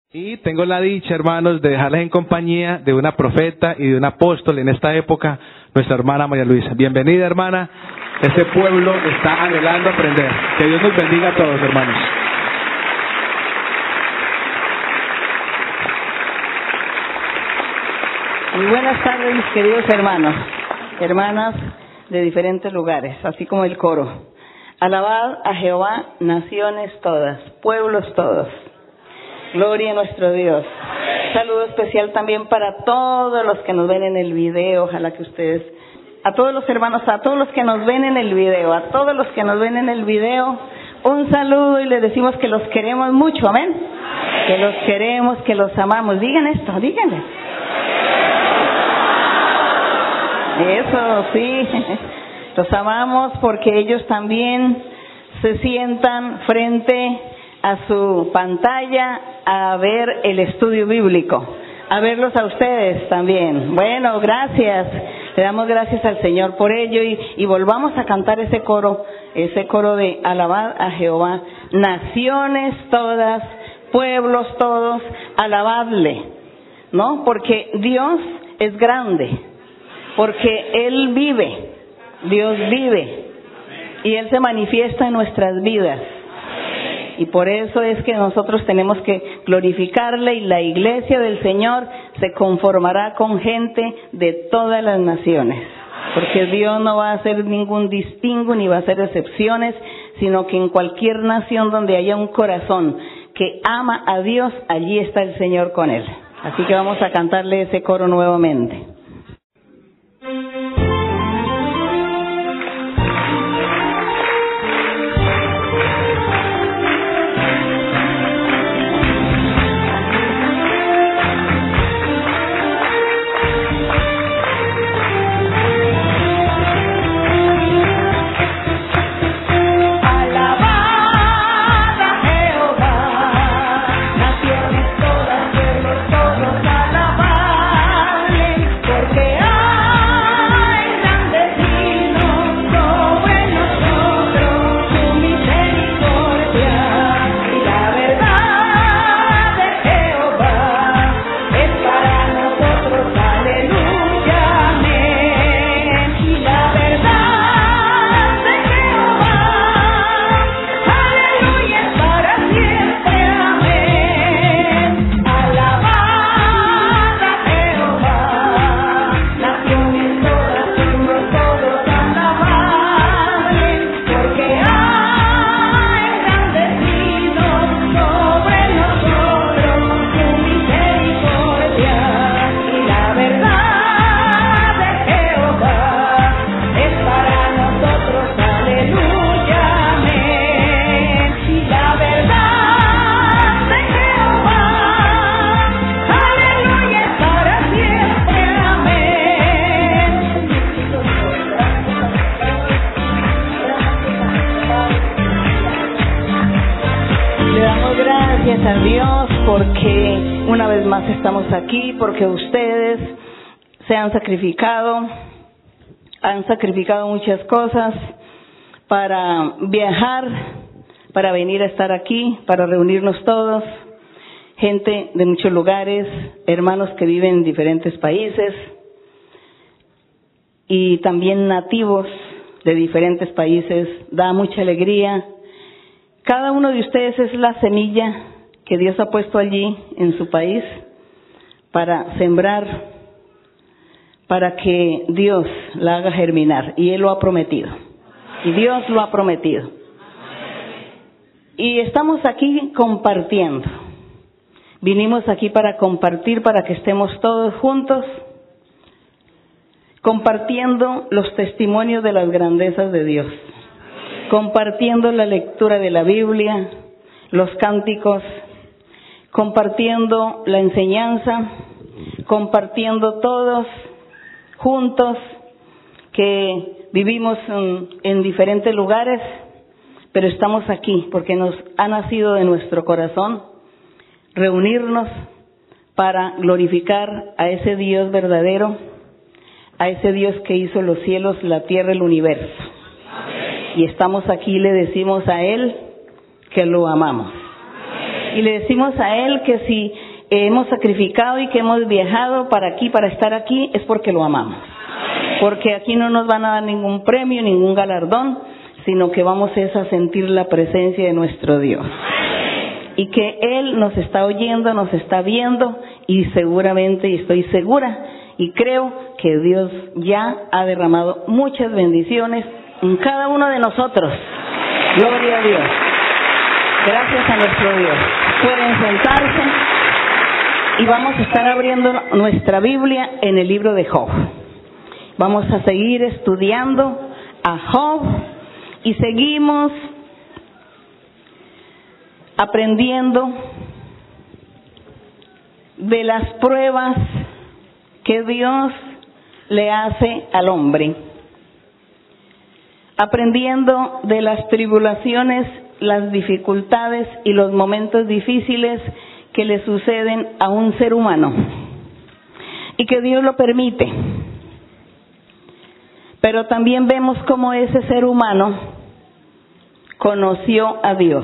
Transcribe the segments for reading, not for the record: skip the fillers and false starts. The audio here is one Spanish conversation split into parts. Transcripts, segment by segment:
Y tengo la dicha, hermanos, de dejarles en compañía de una profeta y de un apóstol en esta época, nuestra hermana María Luisa. Bienvenida, hermana. Este pueblo está anhelando aprender. Que Dios nos bendiga a todos, hermanos. Muy buenas tardes, mis queridos hermanos, hermanas de diferentes lugares, así como el coro. Alabad a Jehová, naciones todas, pueblos todos. Gloria a nuestro Dios. Saludo especial también para todos los que nos ven en el video. Ojalá que ustedes, a todos los hermanos, a todos los que nos ven en el video, a todos los que nos ven en el video, un saludo y les decimos que los queremos mucho, amén. Que los queremos, que los amamos. Digan esto, díganles. Eso, sí. Los amamos porque ellos también se sientan frente a su pantalla a ver el estudio bíblico, a verlos a ustedes también. Bueno, gracias. Le damos gracias al Señor por ello y volvamos a cantar ese coro de alabad a Jehová. Naciones todas, pueblos todos, alabadle, ¿no? Porque Dios es grande, porque Él vive, Dios vive y Él se manifiesta en nuestras vidas. Y por eso es que nosotros tenemos que glorificarle y la iglesia del Señor se conformará con gente de todas las naciones. Porque Dios no va a hacer ningún distingo ni va a hacer excepciones, sino que en cualquier nación donde haya un corazón que ama a Dios, allí está el Señor con él. Así que vamos a cantarle ese coro nuevamente. A Dios porque una vez más estamos aquí, porque ustedes se han sacrificado muchas cosas para viajar, para venir a estar aquí, para reunirnos todos, gente de muchos lugares, hermanos que viven en diferentes países y también nativos de diferentes países. Da mucha alegría. Cada uno de ustedes es la semilla que Dios ha puesto allí en su país para sembrar, para que Dios la haga germinar. Y Él lo ha prometido. Y Dios lo ha prometido. Y estamos aquí compartiendo. Vinimos aquí para compartir, para que estemos todos juntos, compartiendo los testimonios de las grandezas de Dios, compartiendo la lectura de la Biblia, los cánticos, compartiendo la enseñanza, compartiendo todos juntos que vivimos en diferentes lugares, pero estamos aquí porque nos ha nacido de nuestro corazón reunirnos para glorificar a ese Dios verdadero, a ese Dios que hizo los cielos, la tierra, el universo. Amén. Y estamos aquí y le decimos a Él que lo amamos. Amén. Y le decimos a Él que si hemos sacrificado y que hemos viajado para aquí, para estar aquí, es porque lo amamos. Porque aquí no nos van a dar ningún premio, ningún galardón, sino que vamos a sentir la presencia de nuestro Dios. Y que Él nos está oyendo, nos está viendo, y seguramente, y estoy segura, y creo que Dios ya ha derramado muchas bendiciones en cada uno de nosotros. Gloria a Dios. Gracias a nuestro Dios. Pueden sentarse y vamos a estar abriendo nuestra Biblia en el libro de Job. Vamos a seguir estudiando a Job y seguimos aprendiendo de las pruebas que Dios le hace al hombre, aprendiendo de las tribulaciones, las dificultades y los momentos difíciles que le suceden a un ser humano y que Dios lo permite. Pero también vemos cómo ese ser humano conoció a Dios,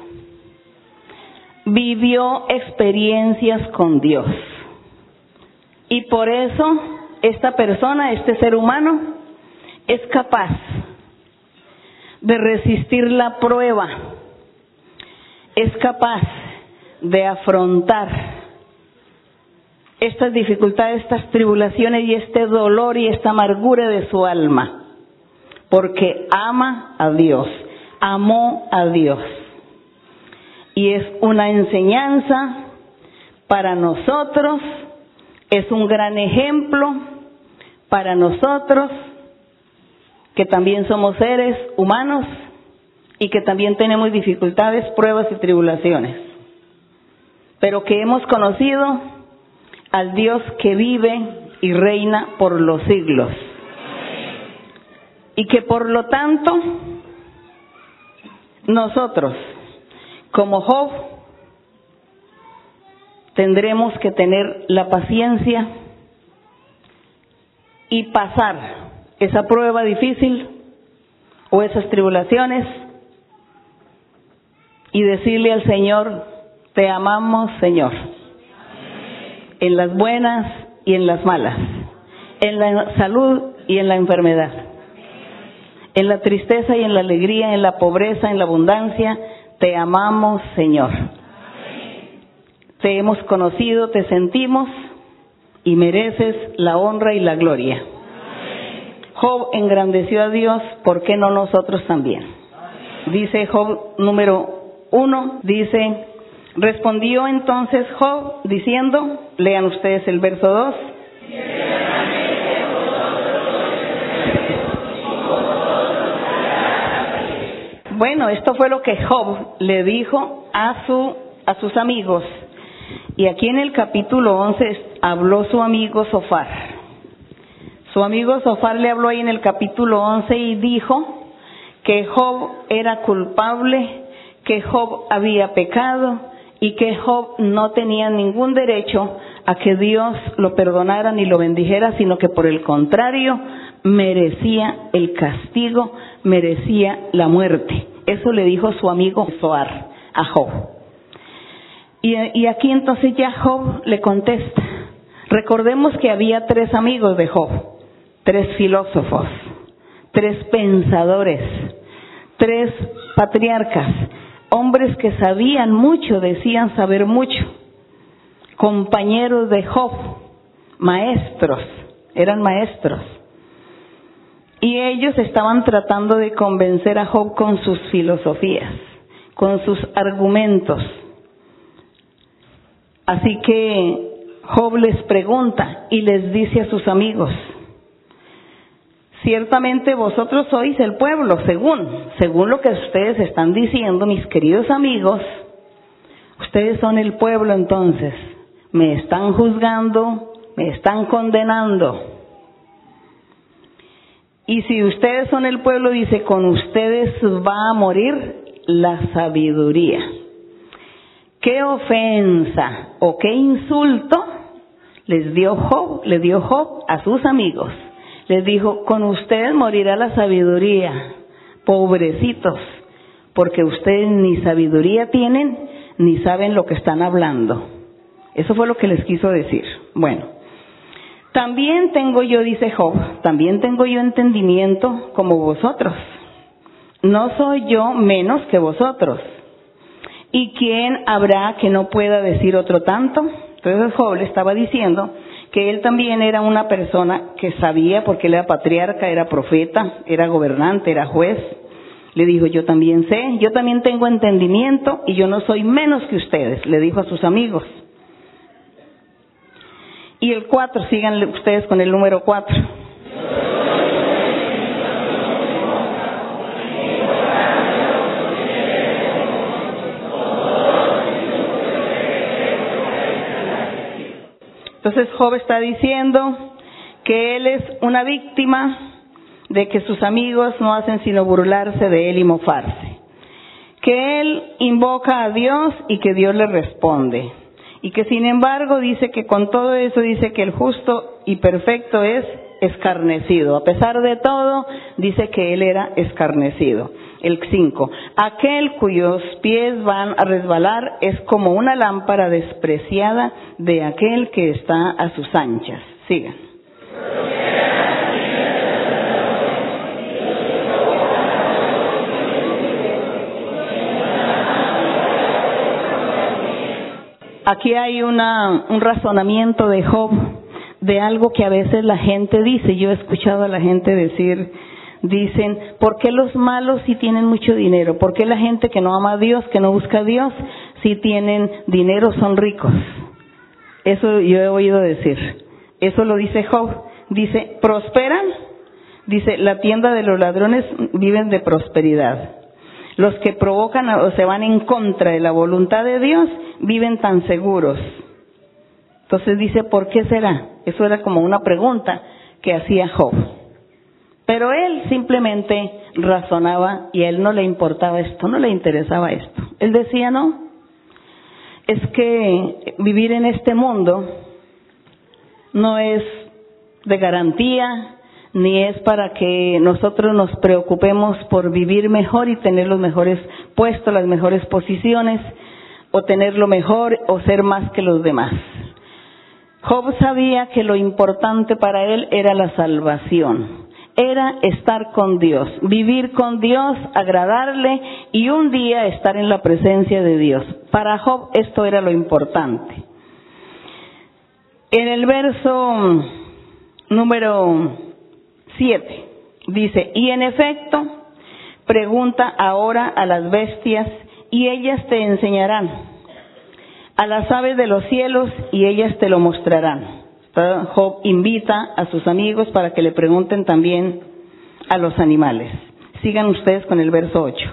vivió experiencias con Dios. Y por eso esta persona, este ser humano, es capaz de resistir la prueba, es capaz de afrontar estas dificultades, estas tribulaciones y este dolor y esta amargura de su alma, porque ama a Dios, amó a Dios. Y es una enseñanza para nosotros, es un gran ejemplo para nosotros, que también somos seres humanos y que también tenemos dificultades, pruebas y tribulaciones, pero que hemos conocido al Dios que vive y reina por los siglos. Y que por lo tanto, nosotros, como Job, tendremos que tener la paciencia y pasar esa prueba difícil o esas tribulaciones y decirle al Señor: te amamos, Señor, en las buenas y en las malas, en la salud y en la enfermedad, en la tristeza y en la alegría, en la pobreza, en la abundancia. Te amamos, Señor. Te hemos conocido, te sentimos y mereces la honra y la gloria. Job engrandeció a Dios, ¿por qué no nosotros también? Dice Job número 1, dice: respondió entonces Job diciendo, lean ustedes el verso 2. Bueno, esto fue lo que Job le dijo a sus amigos. Y aquí en el capítulo 11 habló su amigo Zofar. Su amigo Zofar le habló ahí en el capítulo 11 y dijo que Job era culpable, que Job había pecado y que Job no tenía ningún derecho a que Dios lo perdonara ni lo bendijera, sino que por el contrario merecía el castigo, merecía la muerte. Eso le dijo su amigo Zoar a Job. Y aquí entonces ya Job le contesta. Recordemos que había 3 amigos de Job, 3 filósofos, 3 pensadores, 3 patriarcas, hombres que sabían mucho, decían saber mucho, compañeros de Job, maestros, eran maestros. Y ellos estaban tratando de convencer a Job con sus filosofías, con sus argumentos. Así que Job les pregunta y les dice a sus amigos: ciertamente vosotros sois el pueblo, según lo que ustedes están diciendo, mis queridos amigos, ustedes son el pueblo. Entonces me están juzgando, me están condenando. Y si ustedes son el pueblo, dice, con ustedes va a morir la sabiduría. ¿Qué ofensa o qué insulto le dio Job a sus amigos? Les dijo: con ustedes morirá la sabiduría, pobrecitos, porque ustedes ni sabiduría tienen, ni saben lo que están hablando. Eso fue lo que les quiso decir. Bueno, también tengo yo, dice Job, también tengo yo entendimiento como vosotros. No soy yo menos que vosotros. ¿Y quién habrá que no pueda decir otro tanto? Entonces Job le estaba diciendo que él también era una persona que sabía, porque él era patriarca, era profeta, era gobernante, era juez. Le dijo, yo también sé, yo también tengo entendimiento y yo no soy menos que ustedes, le dijo a sus amigos. Y el 4, síganle ustedes con el número 4. Entonces Job está diciendo que él es una víctima de que sus amigos no hacen sino burlarse de él y mofarse. Que él invoca a Dios y que Dios le responde. Y que sin embargo dice que con todo eso dice que el justo y perfecto es escarnecido. A pesar de todo, dice que él era escarnecido. El 5. Aquel cuyos pies van a resbalar es como una lámpara despreciada de aquel que está a sus anchas. Sigan. Aquí hay un razonamiento de Job de algo que a veces la gente dice. Yo he escuchado a la gente decir, dicen, ¿por qué los malos si tienen mucho dinero? ¿Por qué la gente que no ama a Dios, que no busca a Dios, si tienen dinero, son ricos? Eso yo he oído decir. Eso lo dice Job. Dice, prosperan. Dice, la tienda de los ladrones viven de prosperidad. Los que provocan o se van en contra de la voluntad de Dios viven tan seguros. Entonces dice, ¿por qué será? Eso era como una pregunta que hacía Job. Pero él simplemente razonaba y a él no le importaba esto, no le interesaba esto. Él decía, no, es que vivir en este mundo no es de garantía, ni es para que nosotros nos preocupemos por vivir mejor y tener los mejores puestos, las mejores posiciones, o tener lo mejor o ser más que los demás. Job sabía que lo importante para él era la salvación, era estar con Dios, vivir con Dios, agradarle y un día estar en la presencia de Dios. Para Job esto era lo importante. En el verso número 7 dice, y en efecto, pregunta ahora a las bestias y ellas te enseñarán, a las aves de los cielos y ellas te lo mostrarán. Job invita a sus amigos para que le pregunten también a los animales. Sigan ustedes con el verso 8.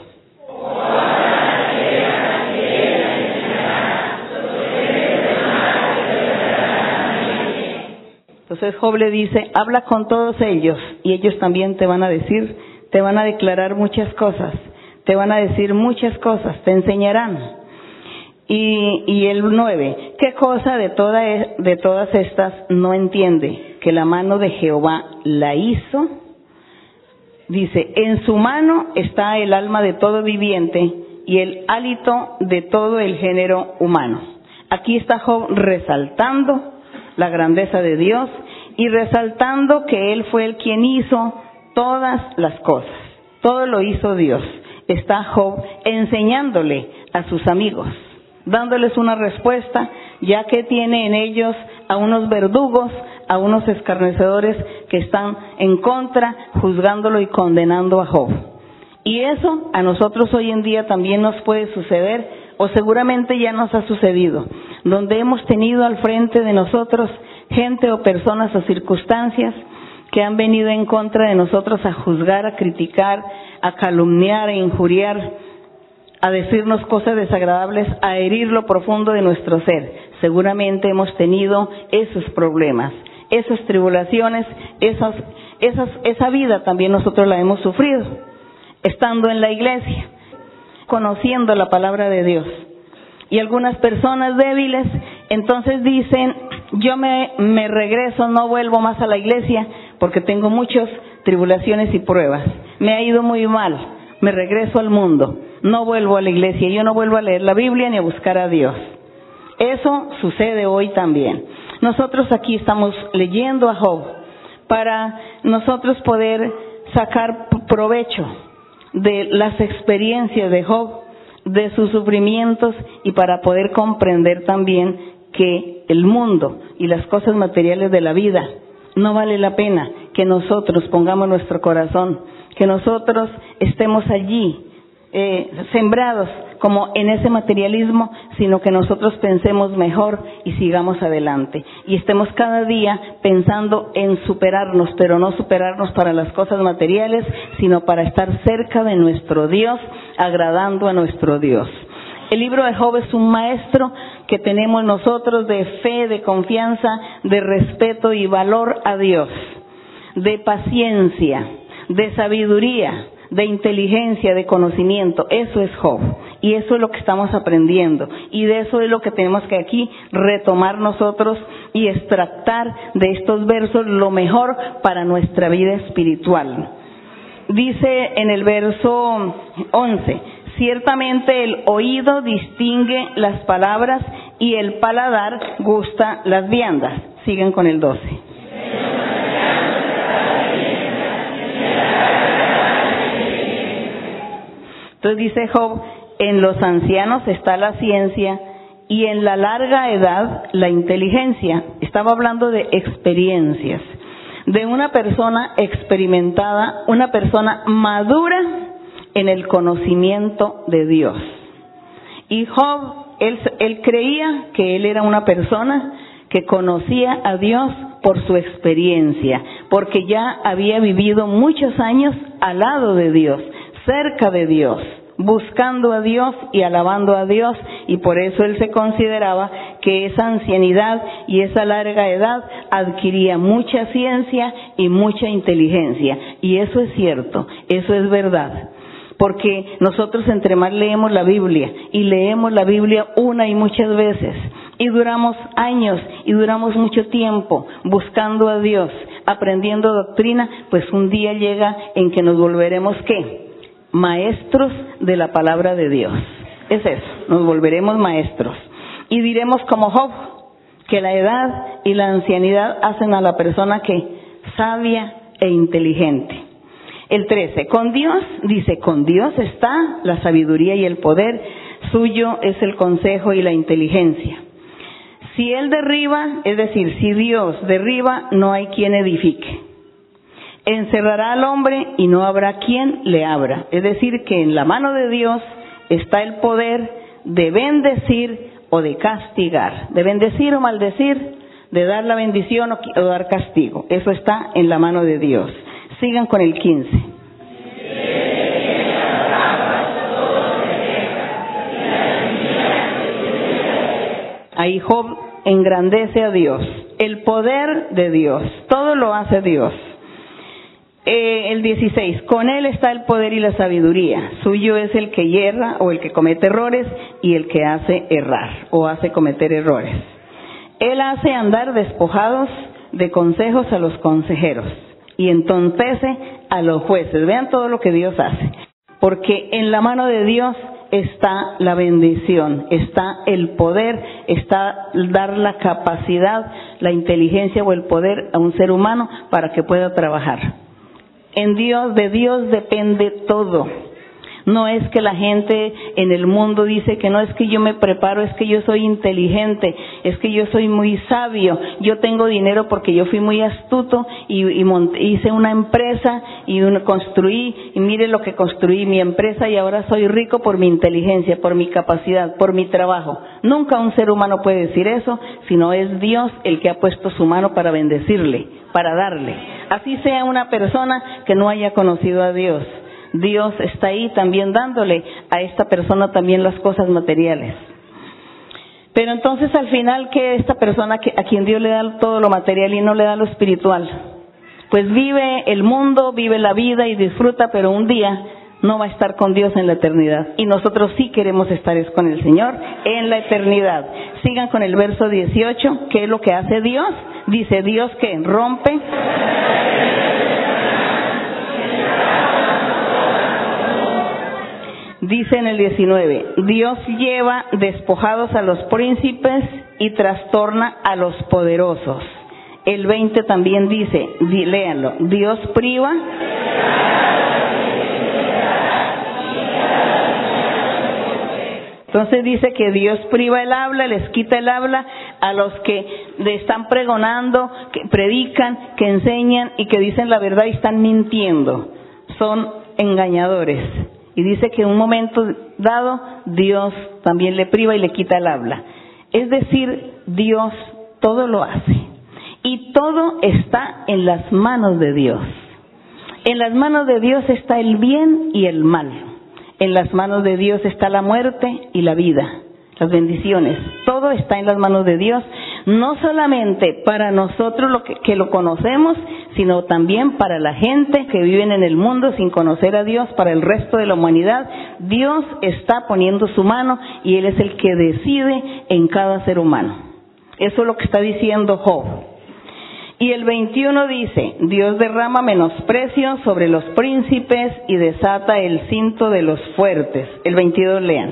Entonces Job le dice, habla con todos ellos y ellos también te van a decir, te van a declarar muchas cosas, te van a decir muchas cosas, te enseñarán. Y el 9, ¿qué cosa de todas estas no entiende? Que la mano de Jehová la hizo. Dice, en su mano está el alma de todo viviente y el hálito de todo el género humano. Aquí está Job resaltando la grandeza de Dios y resaltando que Él fue el quien hizo todas las cosas. Todo lo hizo Dios. Está Job enseñándole a sus amigos, dándoles una respuesta, ya que tiene en ellos a unos verdugos, a unos escarnecedores que están en contra, juzgándolo y condenando a Job. Y eso a nosotros hoy en día también nos puede suceder, o seguramente ya nos ha sucedido, donde hemos tenido al frente de nosotros gente o personas o circunstancias que han venido en contra de nosotros a juzgar, a criticar, a calumniar, a injuriar, a decirnos cosas desagradables, a herir lo profundo de nuestro ser. Seguramente hemos tenido esos problemas, esas tribulaciones, esa vida también nosotros la hemos sufrido, estando en la iglesia, conociendo la palabra de Dios. Y algunas personas débiles, entonces dicen, yo me regreso, no vuelvo más a la iglesia, porque tengo muchas tribulaciones y pruebas. Me ha ido muy mal, me regreso al mundo. no vuelvo a la iglesia, yo no vuelvo a leer la Biblia ni a buscar a Dios. Eso sucede hoy también. Nosotros aquí estamos leyendo a Job para nosotros poder sacar provecho de las experiencias de Job, de sus sufrimientos, y para poder comprender también que el mundo y las cosas materiales de la vida no vale la pena que nosotros pongamos nuestro corazón, que nosotros estemos allí sembrados como en ese materialismo, sino que nosotros pensemos mejor y sigamos adelante. Y estemos cada día pensando en superarnos, pero no superarnos para las cosas materiales, sino para estar cerca de nuestro Dios, agradando a nuestro Dios. El libro de Job es un maestro que tenemos nosotros de fe, de confianza, de respeto y valor a Dios, de paciencia, de sabiduría, de inteligencia, de conocimiento. Eso es Job, y eso es lo que estamos aprendiendo, y de eso es lo que tenemos que aquí retomar nosotros y extractar de estos versos lo mejor para nuestra vida espiritual. Dice en el verso 11: ciertamente el oído distingue las palabras y el paladar gusta las viandas. Siguen con el 12. Entonces dice Job: en los ancianos está la ciencia y en la larga edad la inteligencia. Estaba hablando de experiencias, de una persona experimentada, una persona madura en el conocimiento de Dios. Y Job, él creía que él era una persona que conocía a Dios por su experiencia, porque ya había vivido muchos años al lado de Dios, cerca de Dios, buscando a Dios y alabando a Dios, y por eso él se consideraba que esa ancianidad y esa larga edad adquiría mucha ciencia y mucha inteligencia. Y eso es cierto, eso es verdad. Porque nosotros entre más leemos la Biblia, y leemos la Biblia una y muchas veces, y duramos años y duramos mucho tiempo buscando a Dios, aprendiendo doctrina, pues un día llega en que nos volveremos ¿qué? Maestros de la palabra de Dios. Es eso, nos volveremos maestros. Y diremos como Job, que la edad y la ancianidad hacen a la persona que sabia e inteligente. El 13, con Dios, dice, con Dios está la sabiduría y el poder, suyo es el consejo y la inteligencia. Si Él derriba, es decir, si Dios derriba, no hay quien edifique. Encerrará al hombre y no habrá quien le abra. Es decir, que en la mano de Dios está el poder de bendecir o de castigar, de bendecir o maldecir, de dar la bendición o dar castigo. Eso está en la mano de Dios. Sigan con el 15. Ahí Job engrandece a Dios, el poder de Dios, todo lo hace Dios. El 16, con Él está el poder y la sabiduría, suyo es el que yerra o el que comete errores y el que hace errar o hace cometer errores. Él hace andar despojados de consejos a los consejeros y entontece a los jueces. Vean todo lo que Dios hace, porque en la mano de Dios está la bendición, está el poder, está dar la capacidad, la inteligencia o el poder a un ser humano para que pueda trabajar. En Dios, de Dios depende todo. No es que la gente en el mundo dice que no es que yo me preparo, es que yo soy inteligente, es que yo soy muy sabio, yo tengo dinero porque yo fui muy astuto y hice una empresa y construí, y mire lo que construí, mi empresa, y ahora soy rico por mi inteligencia, por mi capacidad, por mi trabajo. Nunca un ser humano puede decir eso, sino es Dios el que ha puesto su mano para bendecirle, para darle. Así sea una persona que no haya conocido a Dios, Dios está ahí también dándole a esta persona también las cosas materiales. Pero entonces al final, ¿qué esta persona a quien Dios le da todo lo material y no le da lo espiritual? Pues vive el mundo, vive la vida y disfruta, pero un día no va a estar con Dios en la eternidad. Y nosotros sí queremos estar con el Señor en la eternidad. Sigan con el verso 18, ¿qué es lo que hace Dios? Dice Dios que rompe. Dice en el 19, Dios lleva despojados a los príncipes y trastorna a los poderosos. El 20 también dice, léanlo, Dios priva Entonces dice que Dios priva el habla, les quita el habla a los que le están pregonando, que predican, que enseñan y que dicen la verdad y están mintiendo. Son engañadores. Y dice que en un momento dado Dios también le priva y le quita el habla. Es decir, Dios todo lo hace. Y todo está en las manos de Dios. En las manos de Dios está el bien y el mal. En las manos de Dios está la muerte y la vida, las bendiciones. Todo está en las manos de Dios, no solamente para nosotros que lo conocemos, sino también para la gente que vive en el mundo sin conocer a Dios, para el resto de la humanidad. Dios está poniendo su mano y Él es el que decide en cada ser humano. Eso es lo que está diciendo Job. Y el 21 dice, Dios derrama menosprecio sobre los príncipes y desata el cinto de los fuertes. El 22 lean.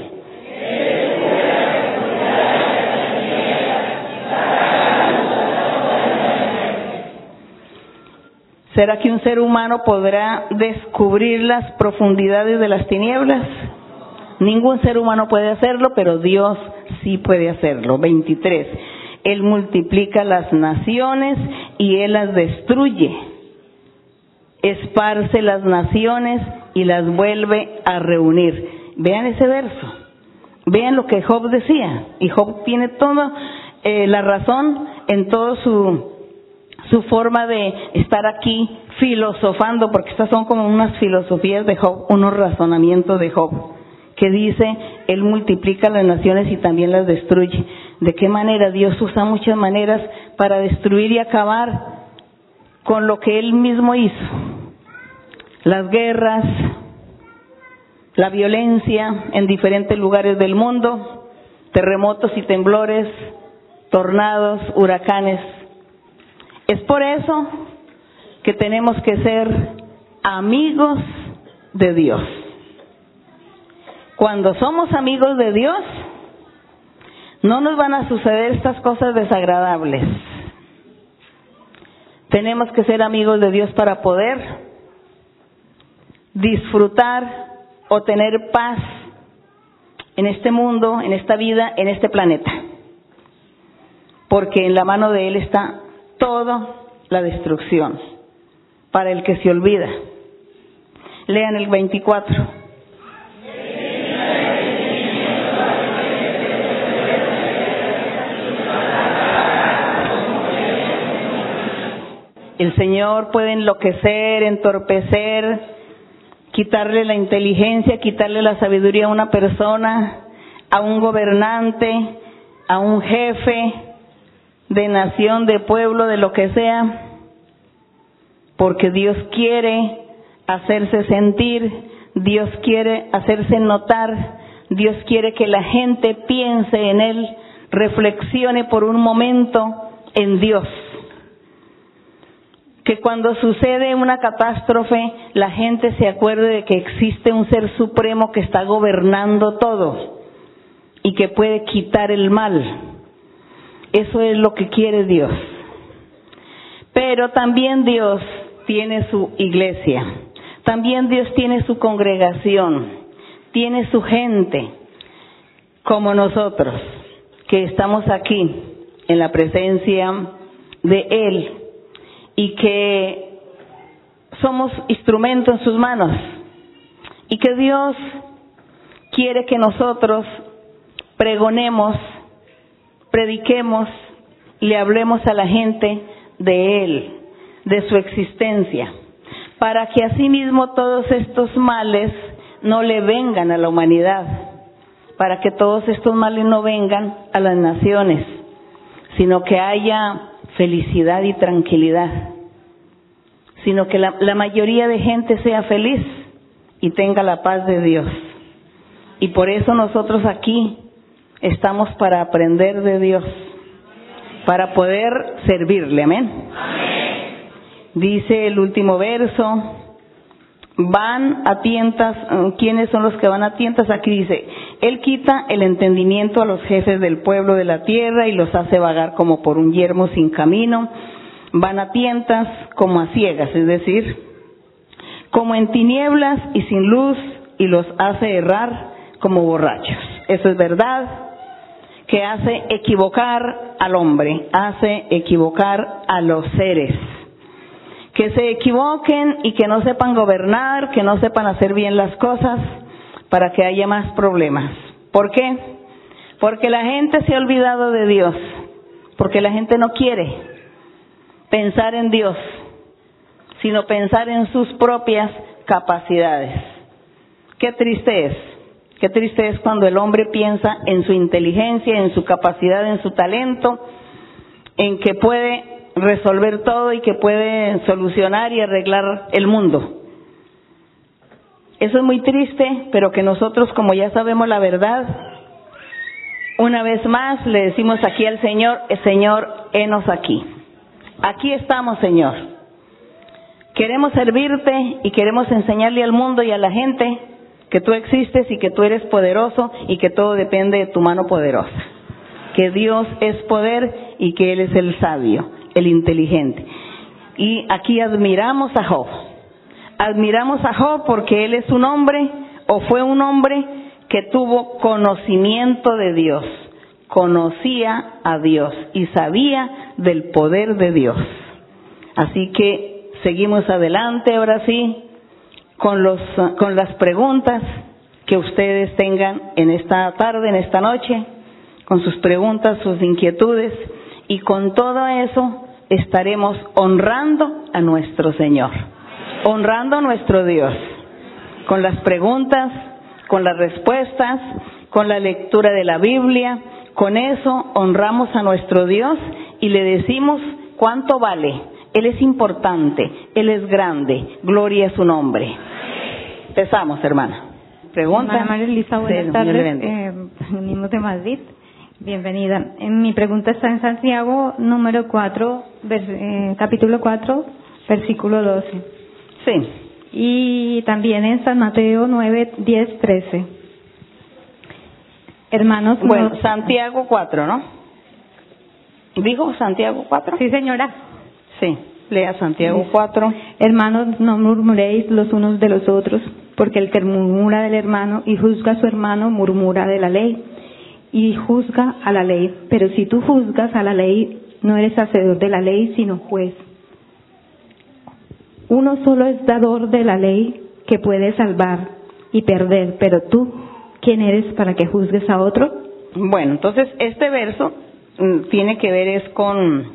¿Será que un ser humano podrá descubrir las profundidades de las tinieblas? Ningún ser humano puede hacerlo, pero Dios sí puede hacerlo. 23. Él multiplica las naciones y Él las destruye. Esparce las naciones y las vuelve a reunir. Vean ese verso. Vean lo que Job decía. Y Job tiene toda la razón en toda su forma de estar aquí filosofando, porque estas son como unas filosofías de Job, unos razonamientos de Job, que dice, Él multiplica las naciones y también las destruye. ¿De qué manera? Dios usa muchas maneras para destruir y acabar con lo que Él mismo hizo. Las guerras, la violencia en diferentes lugares del mundo, terremotos y temblores, tornados, huracanes. Es por eso que tenemos que ser amigos de Dios. Cuando somos amigos de Dios, no nos van a suceder estas cosas desagradables. Tenemos que ser amigos de Dios para poder disfrutar o tener paz en este mundo, en esta vida, en este planeta. Porque en la mano de Él está toda la destrucción para el que se olvida. Lean el 24. El Señor puede enloquecer, entorpecer, quitarle la inteligencia, quitarle la sabiduría a una persona, a un gobernante, a un jefe de nación, de pueblo, de lo que sea, porque Dios quiere hacerse sentir, Dios quiere hacerse notar, Dios quiere que la gente piense en Él, reflexione por un momento en Dios. Que cuando sucede una catástrofe, la gente se acuerde de que existe un ser supremo que está gobernando todo y que puede quitar el mal. Eso es lo que quiere Dios. Pero también Dios tiene su iglesia, también Dios tiene su congregación, tiene su gente, como nosotros, que estamos aquí en la presencia de Él y que somos instrumentos en sus manos y que Dios quiere que nosotros pregonemos, prediquemos, le hablemos a la gente de Él, de su existencia, para que asimismo todos estos males no le vengan a la humanidad, para que todos estos males no vengan a las naciones, sino que haya felicidad y tranquilidad, sino que la mayoría de gente sea feliz y tenga la paz de Dios. Y por eso nosotros aquí estamos para aprender de Dios, para poder servirle, amén. Dice el último verso, van a tientas. ¿Quiénes son los que van a tientas? Aquí dice, Él quita el entendimiento a los jefes del pueblo de la tierra y los hace vagar como por un yermo sin camino. Van a tientas como a ciegas, es decir, como en tinieblas y sin luz, y los hace errar como borrachos. Eso es verdad, que hace equivocar al hombre, hace equivocar a los seres. Que se equivoquen y que no sepan gobernar, que no sepan hacer bien las cosas, para que haya más problemas. ¿Por qué? Porque la gente se ha olvidado de Dios, porque la gente no quiere pensar en Dios, sino pensar en sus propias capacidades. Qué triste es cuando el hombre piensa en su inteligencia, en su capacidad, en su talento, en que puede resolver todo y que puede solucionar y arreglar el mundo. Eso es muy triste, pero que nosotros, como ya sabemos la verdad, una vez más le decimos aquí al Señor, Señor, henos aquí. Aquí estamos, Señor. Queremos servirte y queremos enseñarle al mundo y a la gente que tú existes y que tú eres poderoso y que todo depende de tu mano poderosa. Que Dios es poder y que Él es el sabio, el inteligente. Y aquí admiramos a Job. Admiramos a Job porque él es un hombre, o fue un hombre que tuvo conocimiento de Dios. Conocía a Dios y sabía del poder de Dios. Así que seguimos adelante ahora sí con las preguntas que ustedes tengan en esta tarde, en esta noche, con sus preguntas, sus inquietudes, y con todo eso estaremos honrando a nuestro Señor, honrando a nuestro Dios, con las preguntas, con las respuestas, con la lectura de la Biblia. Con eso honramos a nuestro Dios y le decimos cuánto vale. Él es importante, Él es grande, gloria a su nombre. Empezamos, hermana. Pregunta. Hermana María Elisa, buenas tardes. Venimos de Madrid. Bienvenida. Mi pregunta está en Santiago, número 4, capítulo 4, versículo 12. Sí. Y también en San Mateo 9, 10, 13. Hermanos. Bueno, Santiago 4, ¿no? ¿Dijo Santiago 4? Sí, señora. Sí, lea Santiago 4. Hermanos, no murmuréis los unos de los otros, porque el que murmura del hermano y juzga a su hermano murmura de la ley y juzga a la ley. Pero si tú juzgas a la ley, no eres hacedor de la ley, sino juez. Uno solo es dador de la ley, que puede salvar y perder, pero tú, ¿quién eres para que juzgues a otro? Bueno, entonces este verso tiene que ver es con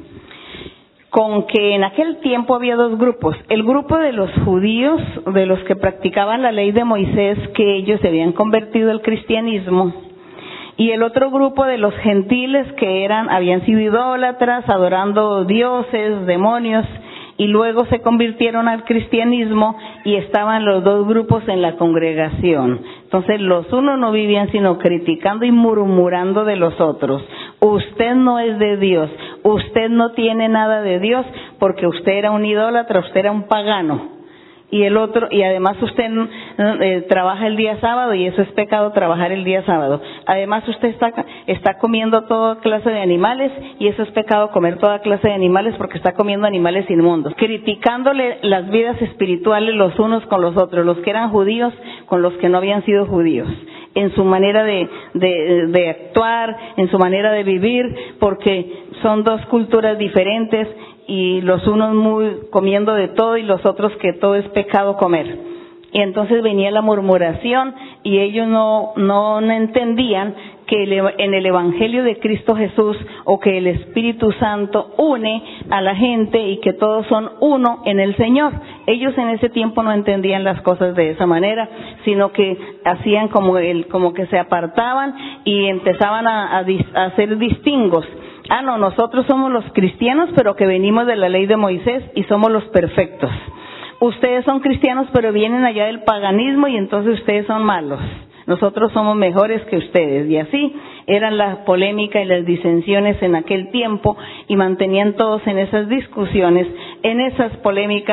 que en aquel tiempo había dos grupos. El grupo de los judíos, de los que practicaban la ley de Moisés, que ellos se habían convertido al cristianismo, y el otro grupo de los gentiles que habían sido idólatras, adorando dioses, demonios, y luego se convirtieron al cristianismo y estaban los dos grupos en la congregación. Entonces los unos no vivían sino criticando y murmurando de los otros. Usted no es de Dios, usted no tiene nada de Dios porque usted era un idólatra, usted era un pagano. Y el otro, y además usted trabaja el día sábado y eso es pecado, trabajar el día sábado. Además usted está comiendo toda clase de animales y eso es pecado, comer toda clase de animales porque está comiendo animales inmundos. Criticándole las vidas espirituales los unos con los otros, los que eran judíos con los que no habían sido judíos, en su manera de actuar, en su manera de vivir, porque son dos culturas diferentes y los unos muy comiendo de todo y los otros que todo es pecado comer. Y entonces venía la murmuración y ellos no entendían que en el Evangelio de Cristo Jesús, o que el Espíritu Santo une a la gente y que todos son uno en el Señor. Ellos en ese tiempo no entendían las cosas de esa manera, sino que hacían como que se apartaban y empezaban a hacer distingos. No, nosotros somos los cristianos, pero que venimos de la ley de Moisés y somos los perfectos. Ustedes son cristianos, pero vienen allá del paganismo y entonces ustedes son malos. Nosotros somos mejores que ustedes. Y así eran la polémica y las disensiones en aquel tiempo y mantenían todos en esas discusiones, en esas polémicas,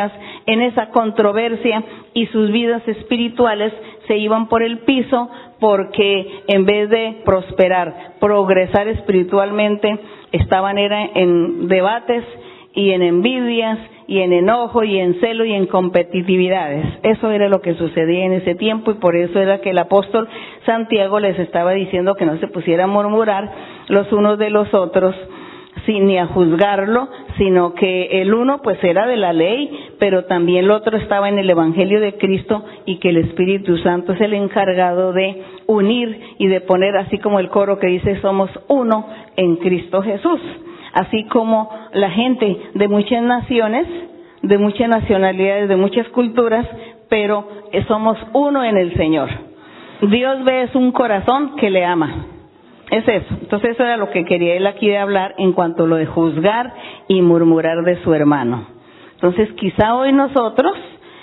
en esa controversia y sus vidas espirituales se iban por el piso porque en vez de prosperar, progresar espiritualmente, estaban en debates y en envidias y en enojo y en celo y en competitividades. Eso era lo que sucedía en ese tiempo y por eso era que el apóstol Santiago les estaba diciendo que no se pusieran a murmurar los unos de los otros, ni a juzgarlo, sino que el uno pues era de la ley, pero también el otro estaba en el Evangelio de Cristo y que el Espíritu Santo es el encargado de unir y de poner, así como el coro que dice somos uno en Cristo Jesús. Así como la gente de muchas naciones, de muchas nacionalidades, de muchas culturas, pero somos uno en el Señor. Dios ve es un corazón que le ama. Es eso. Entonces eso era lo que quería él aquí de hablar en cuanto a lo de juzgar y murmurar de su hermano. Entonces quizá hoy nosotros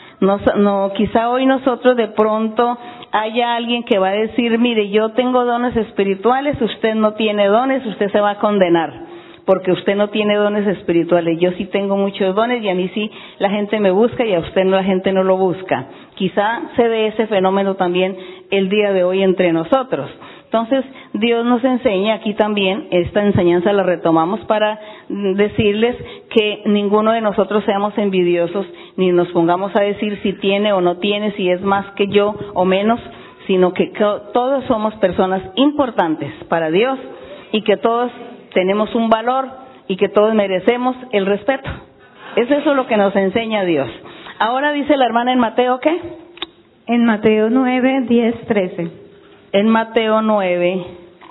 de pronto haya alguien que va a decir, mire, yo tengo dones espirituales, usted no tiene dones, usted se va a condenar. Porque usted no tiene dones espirituales, yo sí tengo muchos dones y a mí sí la gente me busca y a usted no, la gente no lo busca. Quizá se dé ese fenómeno también el día de hoy entre nosotros. Entonces Dios nos enseña aquí también, esta enseñanza la retomamos para decirles que ninguno de nosotros seamos envidiosos, ni nos pongamos a decir si tiene o no tiene, si es más que yo o menos, sino que todos somos personas importantes para Dios y que todos tenemos un valor y que todos merecemos el respeto. Es eso lo que nos enseña Dios. Ahora dice la hermana en Mateo, ¿qué? En Mateo 9, 10, 13. En Mateo 9,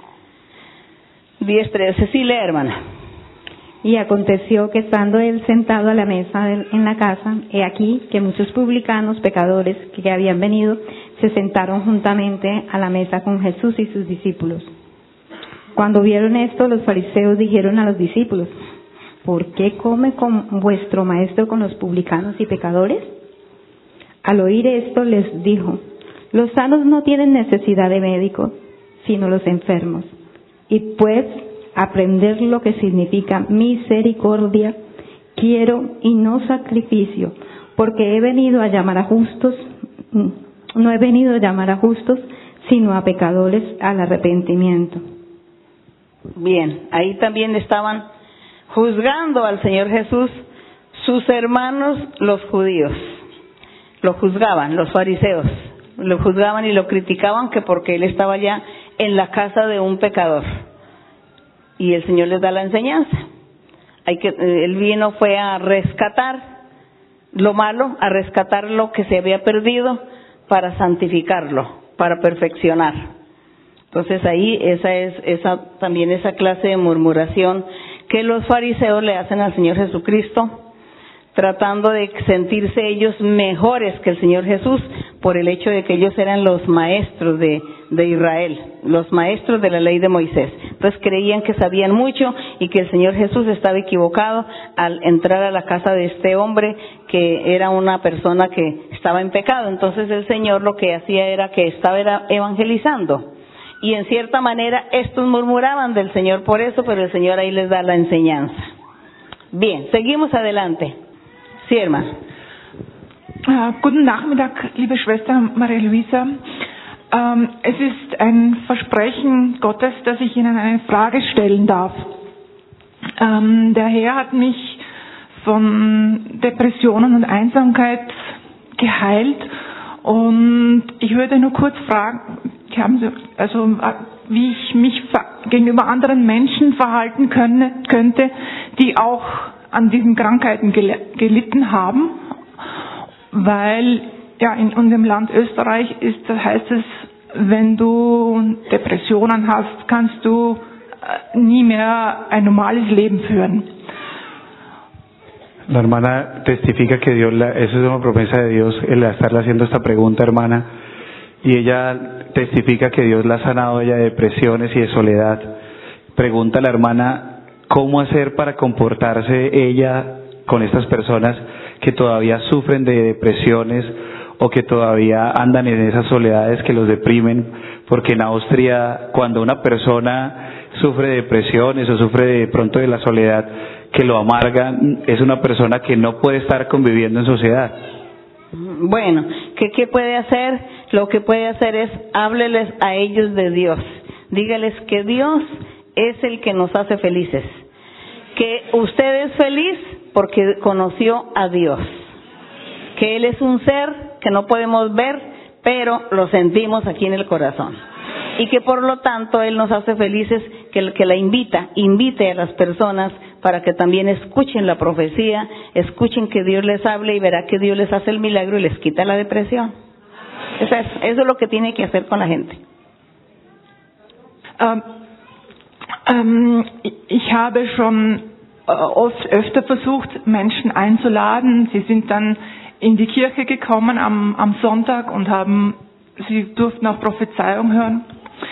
10, 13. Sí, lee, hermana. Y aconteció que estando él sentado a la mesa en la casa, he aquí que muchos publicanos, pecadores que habían venido, se sentaron juntamente a la mesa con Jesús y sus discípulos. Cuando vieron esto, los fariseos dijeron a los discípulos, ¿por qué come con vuestro maestro con los publicanos y pecadores? Al oír esto les dijo, los sanos no tienen necesidad de médico, sino los enfermos. Y pues aprender lo que significa misericordia quiero y no sacrificio, porque he venido a llamar a justos, no he venido a llamar a justos, sino a pecadores al arrepentimiento. Bien, ahí también estaban juzgando al Señor Jesús sus hermanos los judíos. Lo juzgaban, los fariseos, lo juzgaban y lo criticaban que porque él estaba ya en la casa de un pecador. Y el Señor les da la enseñanza. Él vino fue a rescatar lo malo, a rescatar lo que se había perdido para santificarlo, para perfeccionar. Entonces ahí también esa clase de murmuración que los fariseos le hacen al Señor Jesucristo, tratando de sentirse ellos mejores que el Señor Jesús por el hecho de que ellos eran los maestros de Israel, los maestros de la ley de Moisés. Entonces creían que sabían mucho y que el Señor Jesús estaba equivocado al entrar a la casa de este hombre que era una persona que estaba en pecado. Entonces el Señor lo que hacía era que estaba evangelizando. Y en cierta manera estos murmuraban del Señor por eso, pero el Señor ahí les da la enseñanza. Bien, seguimos adelante. Sí, hermano. Guten Nachmittag, liebe Schwester Maria-Luisa. Es ist ein Versprechen Gottes, dass ich Ihnen eine Frage stellen darf. Der Herr hat mich von Depressionen und Einsamkeit geheilt und ich würde nur kurz fragen, wie ich mich gegenüber anderen Menschen verhalten könnte, die auch an diesen Krankheiten gelitten haben, weil ja in unserem Land Österreich heißt es, wenn du Depressionen hast, kannst du nie mehr ein normales Leben führen. La hermana testifica que Dios, eso es una promesa de Dios, el estarle haciendo esta pregunta, hermana, y ella testifica que Dios la ha sanado a ella de depresiones y de soledad. Pregunta a la hermana, ¿cómo hacer para comportarse ella con estas personas que todavía sufren de depresiones o que todavía andan en esas soledades que los deprimen? Porque en Austria, cuando una persona sufre de depresiones o sufre de pronto de la soledad, que lo amarga, es una persona que no puede estar conviviendo en sociedad. Bueno, ¿qué puede hacer? Lo que puede hacer es hábleles a ellos de Dios. Dígales que Dios es el que nos hace felices. Que usted es feliz porque conoció a Dios. Que Él es un ser que no podemos ver, pero lo sentimos aquí en el corazón. Y que por lo tanto Él nos hace felices, que la invite a las personas para que también escuchen la profecía, escuchen que Dios les hable y verá que Dios les hace el milagro y les quita la depresión. Eso es lo que tiene que hacer con la gente. Ich habe schon öfter versucht, Menschen einzuladen. Sie sind dann in die Kirche gekommen am Sonntag und sie durften auch Prophezeiung hören.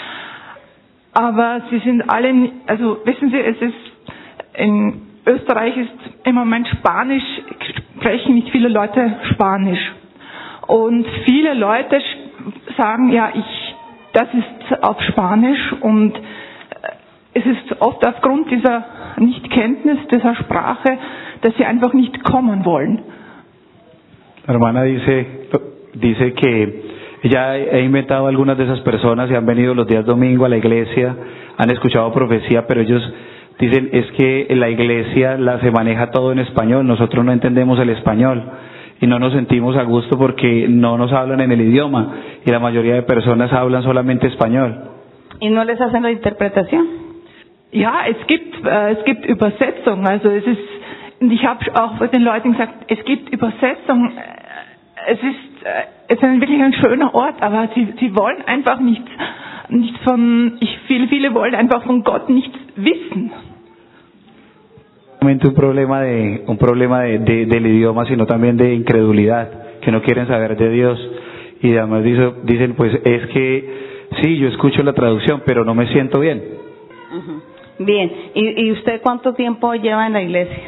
Aber sie sind alle, also wissen Sie, in Österreich ist im Moment Spanisch, sprechen nicht viele Leute Spanisch. Und viele Leute sagen, ja, das ist auf Spanisch, und es ist oft aufgrund dieser Nichtkenntnis dieser Sprache, dass sie einfach nicht kommen wollen. La hermana dice que ella ha inventado algunas de esas personas y han venido los días domingo a la iglesia, han escuchado profecía, pero ellos dicen es que la iglesia se maneja todo en español, nosotros no entendemos el español y no nos sentimos a gusto porque no nos hablan en el idioma y la mayoría de personas hablan solamente español. ¿Y no les hacen la interpretación? Ja, es gibt Übersetzung. Also ich habe auch den Leuten gesagt, es gibt Übersetzung. Es ist wirklich ein schöner Ort, aber sie wollen einfach nichts viele wollen einfach von Gott nichts wissen. Un problema del idioma, sino también de incredulidad, que no quieren saber de Dios y además dicen pues es que sí, yo escucho la traducción, pero no me siento bien. Uh-huh. Bien, ¿y usted cuánto tiempo lleva en la iglesia?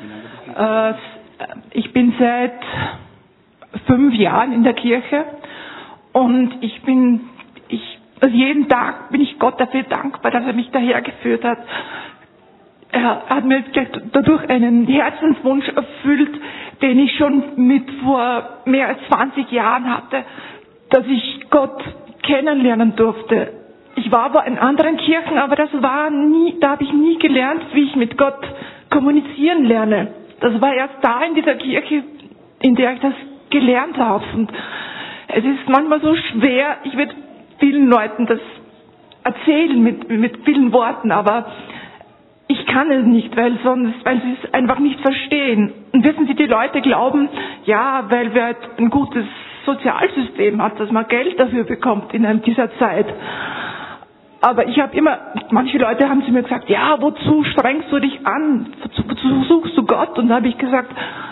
Ich bin seit 5 Jahren in der Kirche und jeden Tag bin ich Gott dafür dankbar, dass er mich daher geführt hat. Er hat mir dadurch einen Herzenswunsch erfüllt, den ich schon vor mehr als 20 Jahren hatte, dass ich Gott kennenlernen durfte. Ich war aber in anderen Kirchen, aber da habe ich nie gelernt, wie ich mit Gott kommunizieren lerne. Das war erst da in dieser Kirche, in der ich das gelernt habe. Und es ist manchmal so schwer, ich werde vielen Leuten das erzählen mit vielen Worten, aber ich kann es nicht, weil sie es einfach nicht verstehen. Und wissen Sie, die Leute glauben, ja, weil wir ein gutes Sozialsystem hat, dass man Geld dafür bekommt in dieser Zeit. Aber manche Leute haben zu mir gesagt, ja, wozu strengst du dich an? Wozu suchst du Gott? Und da habe ich gesagt,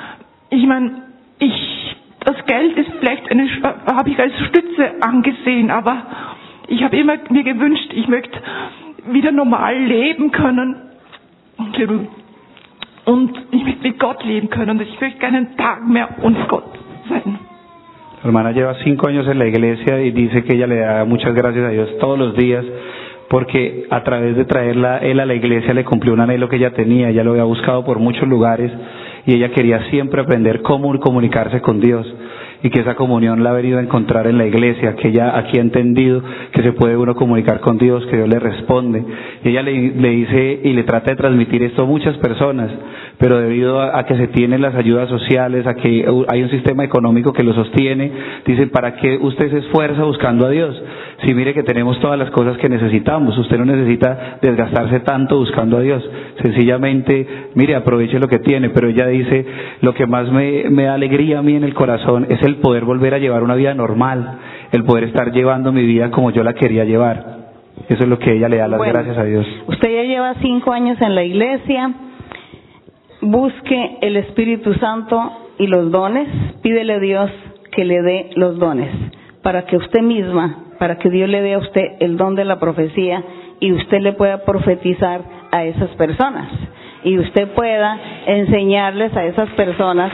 das Geld ist vielleicht habe ich als Stütze angesehen, aber ich habe immer mir gewünscht, ich möchte wieder normal leben können und ich möchte mit Gott leben können und ich möchte keinen Tag mehr ohne Gott sein. La hermana lleva 5 años en la iglesia y dice que ella le da muchas gracias a Dios todos los días porque a través de traerla él a la iglesia le cumplió un anhelo que ella tenía. Ella lo había buscado por muchos lugares y ella quería siempre aprender cómo comunicarse con Dios y que esa comunión la ha venido a encontrar en la iglesia, que ella aquí ha entendido que se puede uno comunicar con Dios, que Dios le responde. Y ella le dice y le trata de transmitir esto a muchas personas, pero debido a que se tienen las ayudas sociales, a que hay un sistema económico que lo sostiene, dicen, ¿para qué usted se esfuerza buscando a Dios? Si mire que tenemos todas las cosas que necesitamos, usted no necesita desgastarse tanto buscando a Dios, sencillamente, mire, aproveche lo que tiene. Pero ella dice, lo que más me da alegría a mí en el corazón es el poder volver a llevar una vida normal, el poder estar llevando mi vida como yo la quería llevar. Eso es lo que ella le da las gracias a Dios. Usted ya lleva 5 años en la iglesia, busque el Espíritu Santo y los dones, pídele a Dios que le dé los dones, para que Dios le dé a usted el don de la profecía y usted le pueda profetizar a esas personas y usted pueda enseñarles a esas personas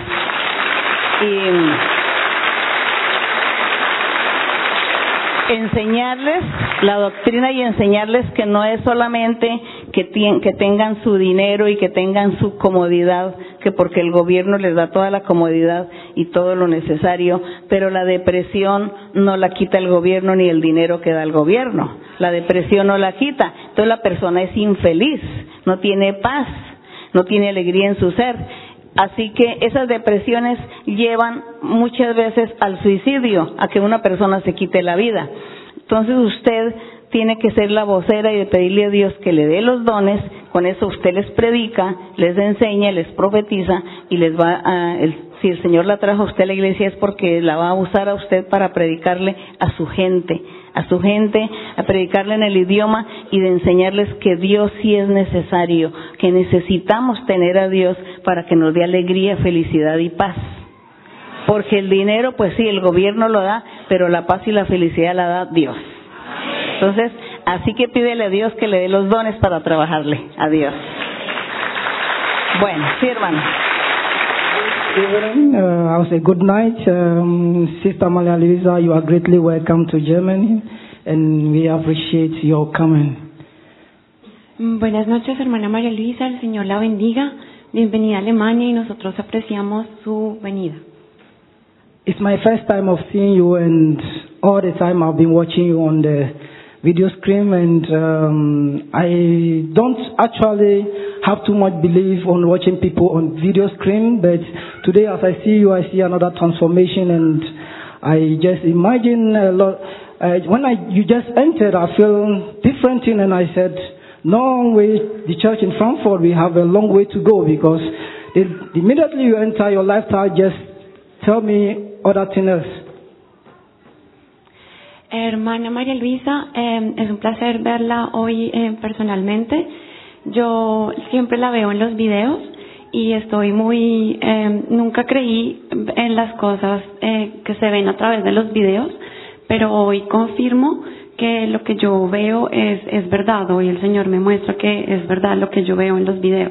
y enseñarles la doctrina y enseñarles que no es solamente que tengan su dinero y que tengan su comodidad, que porque el gobierno les da toda la comodidad y todo lo necesario, pero la depresión no la quita el gobierno ni el dinero que da el gobierno. La depresión no la quita. Entonces la persona es infeliz, no tiene paz, no tiene alegría en su ser. Así que esas depresiones llevan muchas veces al suicidio, a que una persona se quite la vida. Entonces usted tiene que ser la vocera y de pedirle a Dios que le dé los dones. Con eso usted les predica, les enseña, les profetiza y les va a... si el Señor la trajo a usted a la iglesia es porque la va a usar a usted para predicarle a su gente, a predicarle en el idioma y de enseñarles que Dios sí es necesario, que necesitamos tener a Dios para que nos dé alegría, felicidad y paz. Porque el dinero, pues sí, el gobierno lo da, pero la paz y la felicidad la da Dios. Entonces, así que pídele a Dios que le dé los dones para trabajarle a Dios. Bueno, sí, hermano. I will say good night, Sister Maria Luisa. You are greatly welcome to Germany, and we appreciate your coming. Buenas noches, hermana María Luisa. El Señor la bendiga. Bienvenida a Alemania y nosotros apreciamos su venida. It's my first time of seeing you, and all the time I've been watching you on the video screen, and I don't actually have too much belief on watching people on video screen, but today as I see you, I see another transformation, and I just imagine a lot. When you just entered, I feel different thing, and I said, no way, the church in Frankfurt, we have a long way to go, because immediately you enter, your lifestyle just tell me other things else. Hermana María Luisa, es un placer verla hoy personalmente. Yo siempre la veo en los videos y estoy nunca creí en las cosas que se ven a través de los videos, pero hoy confirmo que lo que yo veo es verdad. Hoy el Señor me muestra que es verdad lo que yo veo en los videos.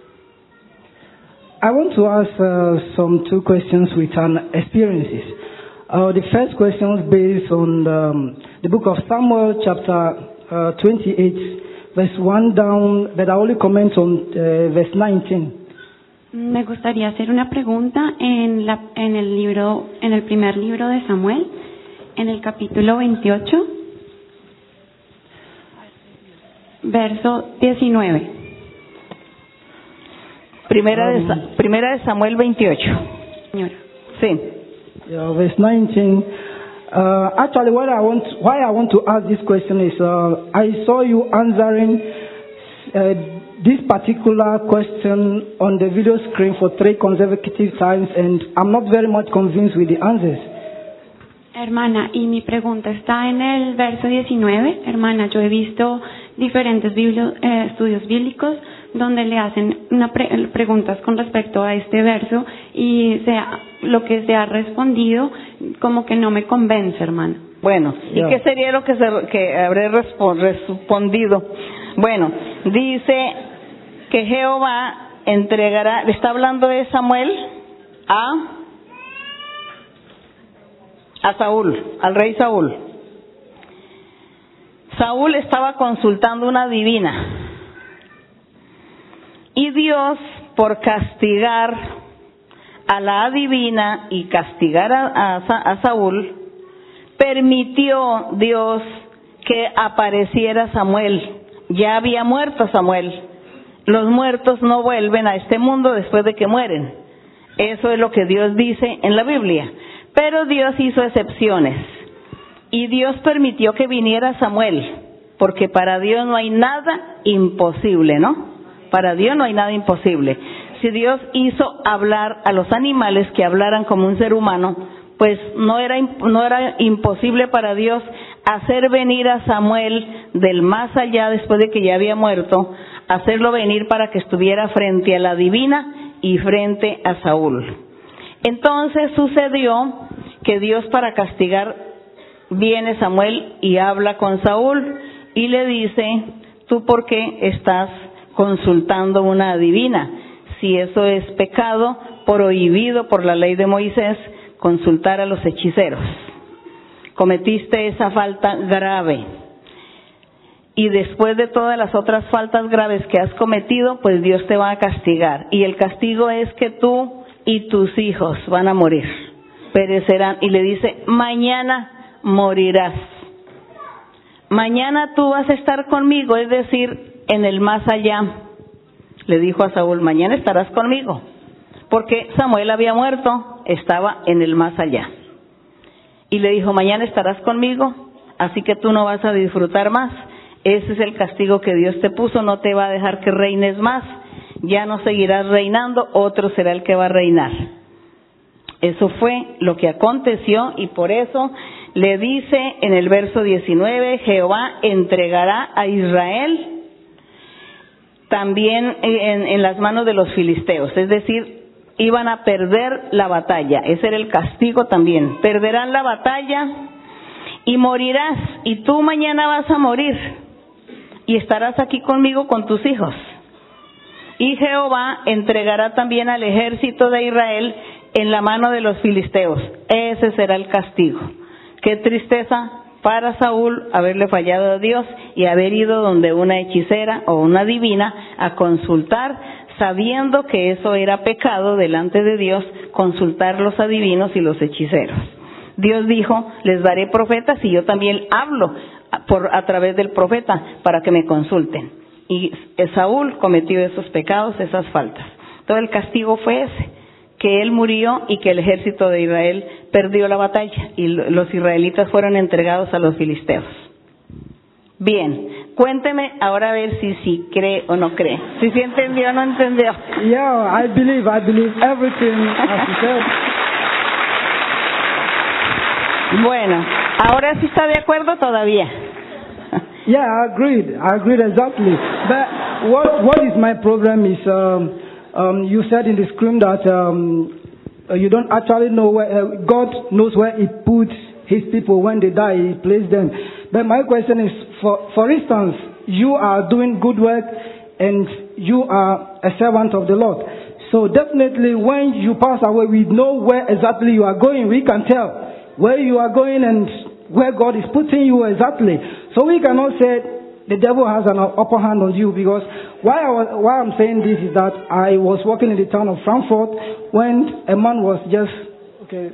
I want to ask some two questions with experiences. The first question is based on the book of Samuel, chapter 28, verse 1 down, but I only comment on verse 19. Me gustaría hacer una pregunta en el primer libro de Samuel, en el capítulo 28, verso 19. Primera de Samuel 28. Señora. Sí. Yeah, verse 19. Actually, why I want to ask this question is, I saw you answering this particular question on the video screen for 3 consecutive times, and I'm not very much convinced with the answers. Hermana, y mi pregunta está en el verso 19. Hermana, yo he visto diferentes estudios bíblicos donde le hacen preguntas con respecto a este verso y lo que se ha respondido como que no me convence, hermana. Bueno, ¿y qué sería lo que habré respondido? Bueno, dice que Jehová entregará, está hablando de Samuel a Saúl, al rey Saúl. Saúl estaba consultando una adivina. Y Dios, por castigar a la adivina y castigar a Saúl, permitió Dios que apareciera Samuel. Ya había muerto Samuel. Los muertos no vuelven a este mundo después de que mueren. Eso es lo que Dios dice en la Biblia. Pero Dios hizo excepciones. Y Dios permitió que viniera Samuel, porque para Dios no hay nada imposible, ¿no? Para Dios no hay nada imposible. Si Dios hizo hablar a los animales que hablaran como un ser humano, pues no era imposible para Dios hacer venir a Samuel del más allá después de que ya había muerto, hacerlo venir para que estuviera frente a la divina y frente a Saúl. Entonces sucedió que Dios, para castigar, viene Samuel y habla con Saúl y le dice: ¿tú por qué estás consultando una adivina? Si eso es pecado, prohibido por la ley de Moisés, consultar a los hechiceros. Cometiste esa falta grave. y después de todas las otras faltas graves que has cometido, pues Dios te va a castigar. Y el castigo es que tú y tus hijos van a morir, perecerán. Y le dice, mañana morirás. Mañana tú vas a estar conmigo, es decir, en el más allá. Le dijo a Saúl, mañana estarás conmigo. Porque Samuel había muerto, estaba en el más allá. Y le dijo, mañana estarás conmigo, así que tú no vas a disfrutar más. Ese es el castigo que Dios te puso, no te va a dejar que reines más. Ya no seguirás reinando, otro será el que va a reinar. Eso fue lo que aconteció y por eso le dice en el verso 19, Jehová entregará a Israel también en las manos de los filisteos, es decir, iban a perder la batalla, ese era el castigo también, perderán la batalla y morirás, y tú mañana vas a morir, y estarás aquí conmigo con tus hijos. Y Jehová entregará también al ejército de Israel en la mano de los filisteos, ese será el castigo. Qué tristeza para Saúl haberle fallado a Dios y haber ido donde una hechicera o una divina a consultar, sabiendo que eso era pecado delante de Dios, consultar los adivinos y los hechiceros. Dios dijo, les daré profetas y yo también hablo a través del profeta para que me consulten. Y Saúl cometió esos pecados, esas faltas. Todo el castigo fue ese, que él murió y que el ejército de Israel perdió la batalla y los israelitas fueron entregados a los filisteos. Bien, cuénteme ahora a ver si cree o no cree. Si entendió o no entendió. Yeah, I believe everything as you said. Bueno, ahora sí está de acuerdo todavía. Yeah, I agreed exactly. But what is my problem is you said in the screen that you don't actually know where God knows where He puts His people when they die. He placed them. But my question is, for instance, you are doing good work and you are a servant of the Lord. So definitely when you pass away, we know where exactly you are going. We can tell where you are going and where God is putting you exactly. So we cannot say the devil has an upper hand on you, because why I'm saying this is that I was working in the town of Frankfurt when a man was just... Okay.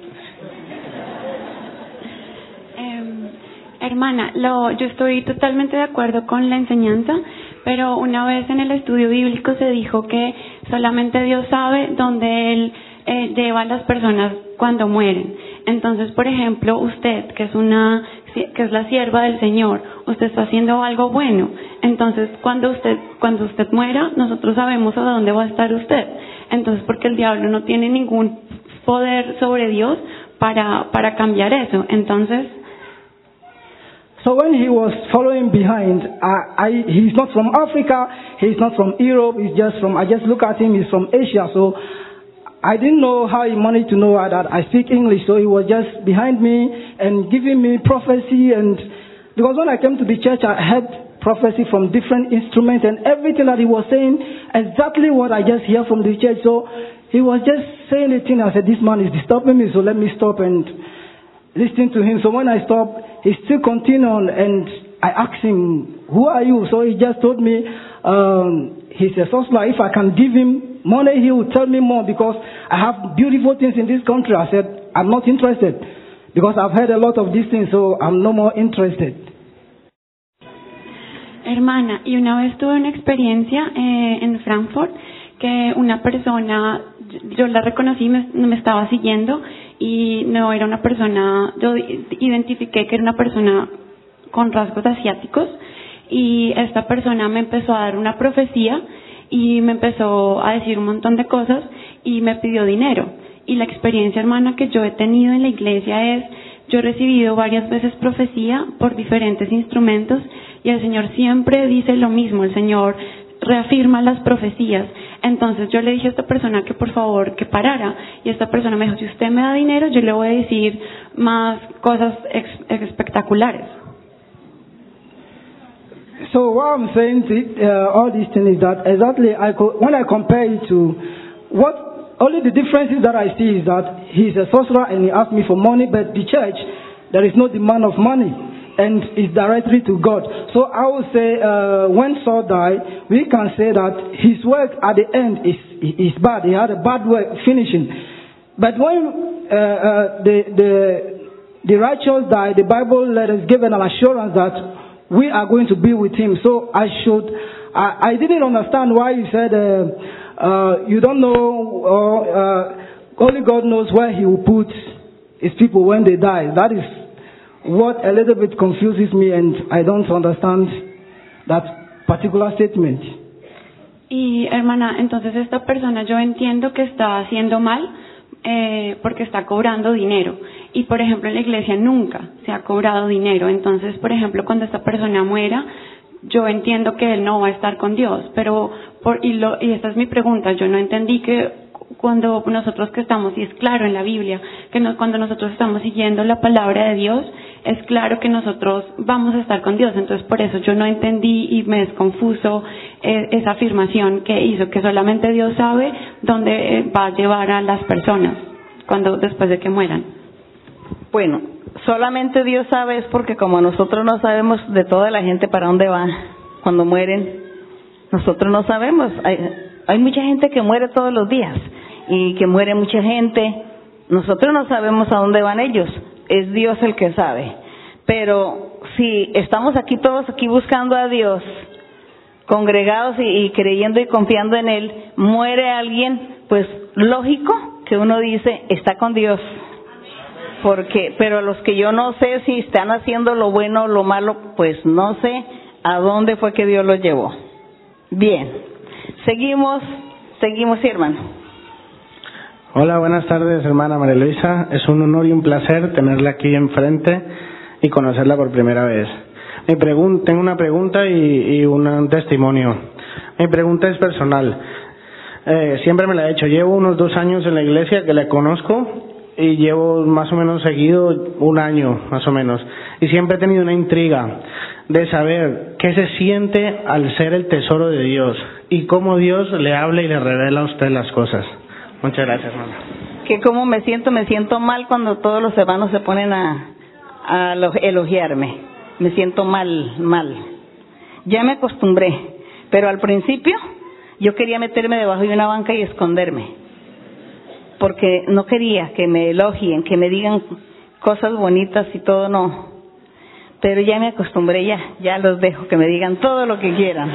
Hermana, yo estoy totalmente de acuerdo con la enseñanza, pero una vez en el estudio bíblico se dijo que solamente Dios sabe dónde Él lleva a las personas cuando mueren. Entonces, por ejemplo, usted, que es la sierva del Señor, usted está haciendo algo bueno. Entonces, cuando usted muera, nosotros sabemos a dónde va a estar usted. Entonces, porque el diablo no tiene ningún poder sobre Dios para cambiar eso. Entonces, so when he was following behind, he's not from Africa, he's not from Europe, I just look at him, he's from Asia. So I didn't know how he managed to know that I speak English. So he was just behind me and giving me prophecy. And because when I came to the church, I heard prophecy from different instruments, and everything that he was saying, exactly what I just hear from the church. So he was just saying the thing. I said, this man is disturbing me, so let me stop and listen to him. So when I stopped, he still continued on, and I asked him, who are you? So he just told me, he's a sorcerer. If I can give him money, he will tell me more, because I have beautiful things in this country. I said, I'm not interested, because I've heard a lot of these things, so I'm no more interested. Hermana, y una vez tuve una experiencia en Frankfurt que una persona, yo la reconocí, me estaba siguiendo y no era una persona, yo identifiqué que era una persona con rasgos asiáticos, y esta persona me empezó a dar una profecía y me empezó a decir un montón de cosas y me pidió dinero. Y la experiencia, hermana, que yo he tenido en la iglesia es, yo he recibido varias veces profecía por diferentes instrumentos y el Señor siempre dice lo mismo, el Señor reafirma las profecías. Entonces yo le dije a esta persona que por favor que parara, y esta persona me dijo, si usted me da dinero yo le voy a decir más cosas espectaculares. So what I'm saying to all these things is that exactly when I compare it to only the differences that I see is that he's a sorcerer and he asked me for money, but the church, there is no demand of money. and is directly to God. So I would say when Saul died, we can say that his work at the end is bad. He had a bad work finishing. But when the righteous die, the Bible let us give an assurance that we are going to be with him. So I didn't understand why you said you don't know, only God knows where he will put his people when they die. That is what a little bit confuses me, and I don't understand that particular statement. Y hermana, entonces esta persona yo entiendo que está haciendo mal porque está cobrando dinero. Y por ejemplo en la iglesia nunca se ha cobrado dinero. Entonces, por ejemplo, cuando esta persona muera, yo entiendo que él no va a estar con Dios. Pero y esta es mi pregunta, yo no entendí que cuando nosotros que estamos, y es claro en la Biblia, que cuando nosotros estamos siguiendo la palabra de Dios, es claro que nosotros vamos a estar con Dios. Entonces por eso yo no entendí y me es confuso esa afirmación que hizo, que solamente Dios sabe dónde va a llevar a las personas después de que mueran. Bueno, solamente Dios sabe, es porque como nosotros no sabemos de toda la gente para dónde va cuando mueren, nosotros no sabemos. Hay mucha gente que muere todos los días y que muere mucha gente. Nosotros no sabemos a dónde van ellos, es Dios el que sabe. Pero si estamos aquí todos aquí buscando a Dios, congregados y creyendo y confiando en Él, muere alguien, pues lógico que uno dice, está con Dios. Pero los que yo no sé si están haciendo lo bueno o lo malo, pues no sé a dónde fue que Dios los llevó. Bien, seguimos, sí, hermano. Hola, buenas tardes, hermana María Luisa. Es un honor y un placer tenerla aquí enfrente y conocerla por primera vez. Tengo una pregunta y un testimonio. Mi pregunta es personal. Siempre me la he hecho. Llevo unos 2 años en la iglesia que la conozco y llevo más o menos seguido 1 año, más o menos. Y siempre he tenido una intriga de saber qué se siente al ser el tesoro de Dios y cómo Dios le habla y le revela a usted las cosas. Muchas gracias, mamá. Que cómo me siento mal cuando todos los hermanos se ponen a elogiarme. Me siento mal. Ya me acostumbré, pero al principio yo quería meterme debajo de una banca y esconderme, porque no quería que me elogien, que me digan cosas bonitas y todo, no. Pero ya me acostumbré, ya los dejo que me digan todo lo que quieran.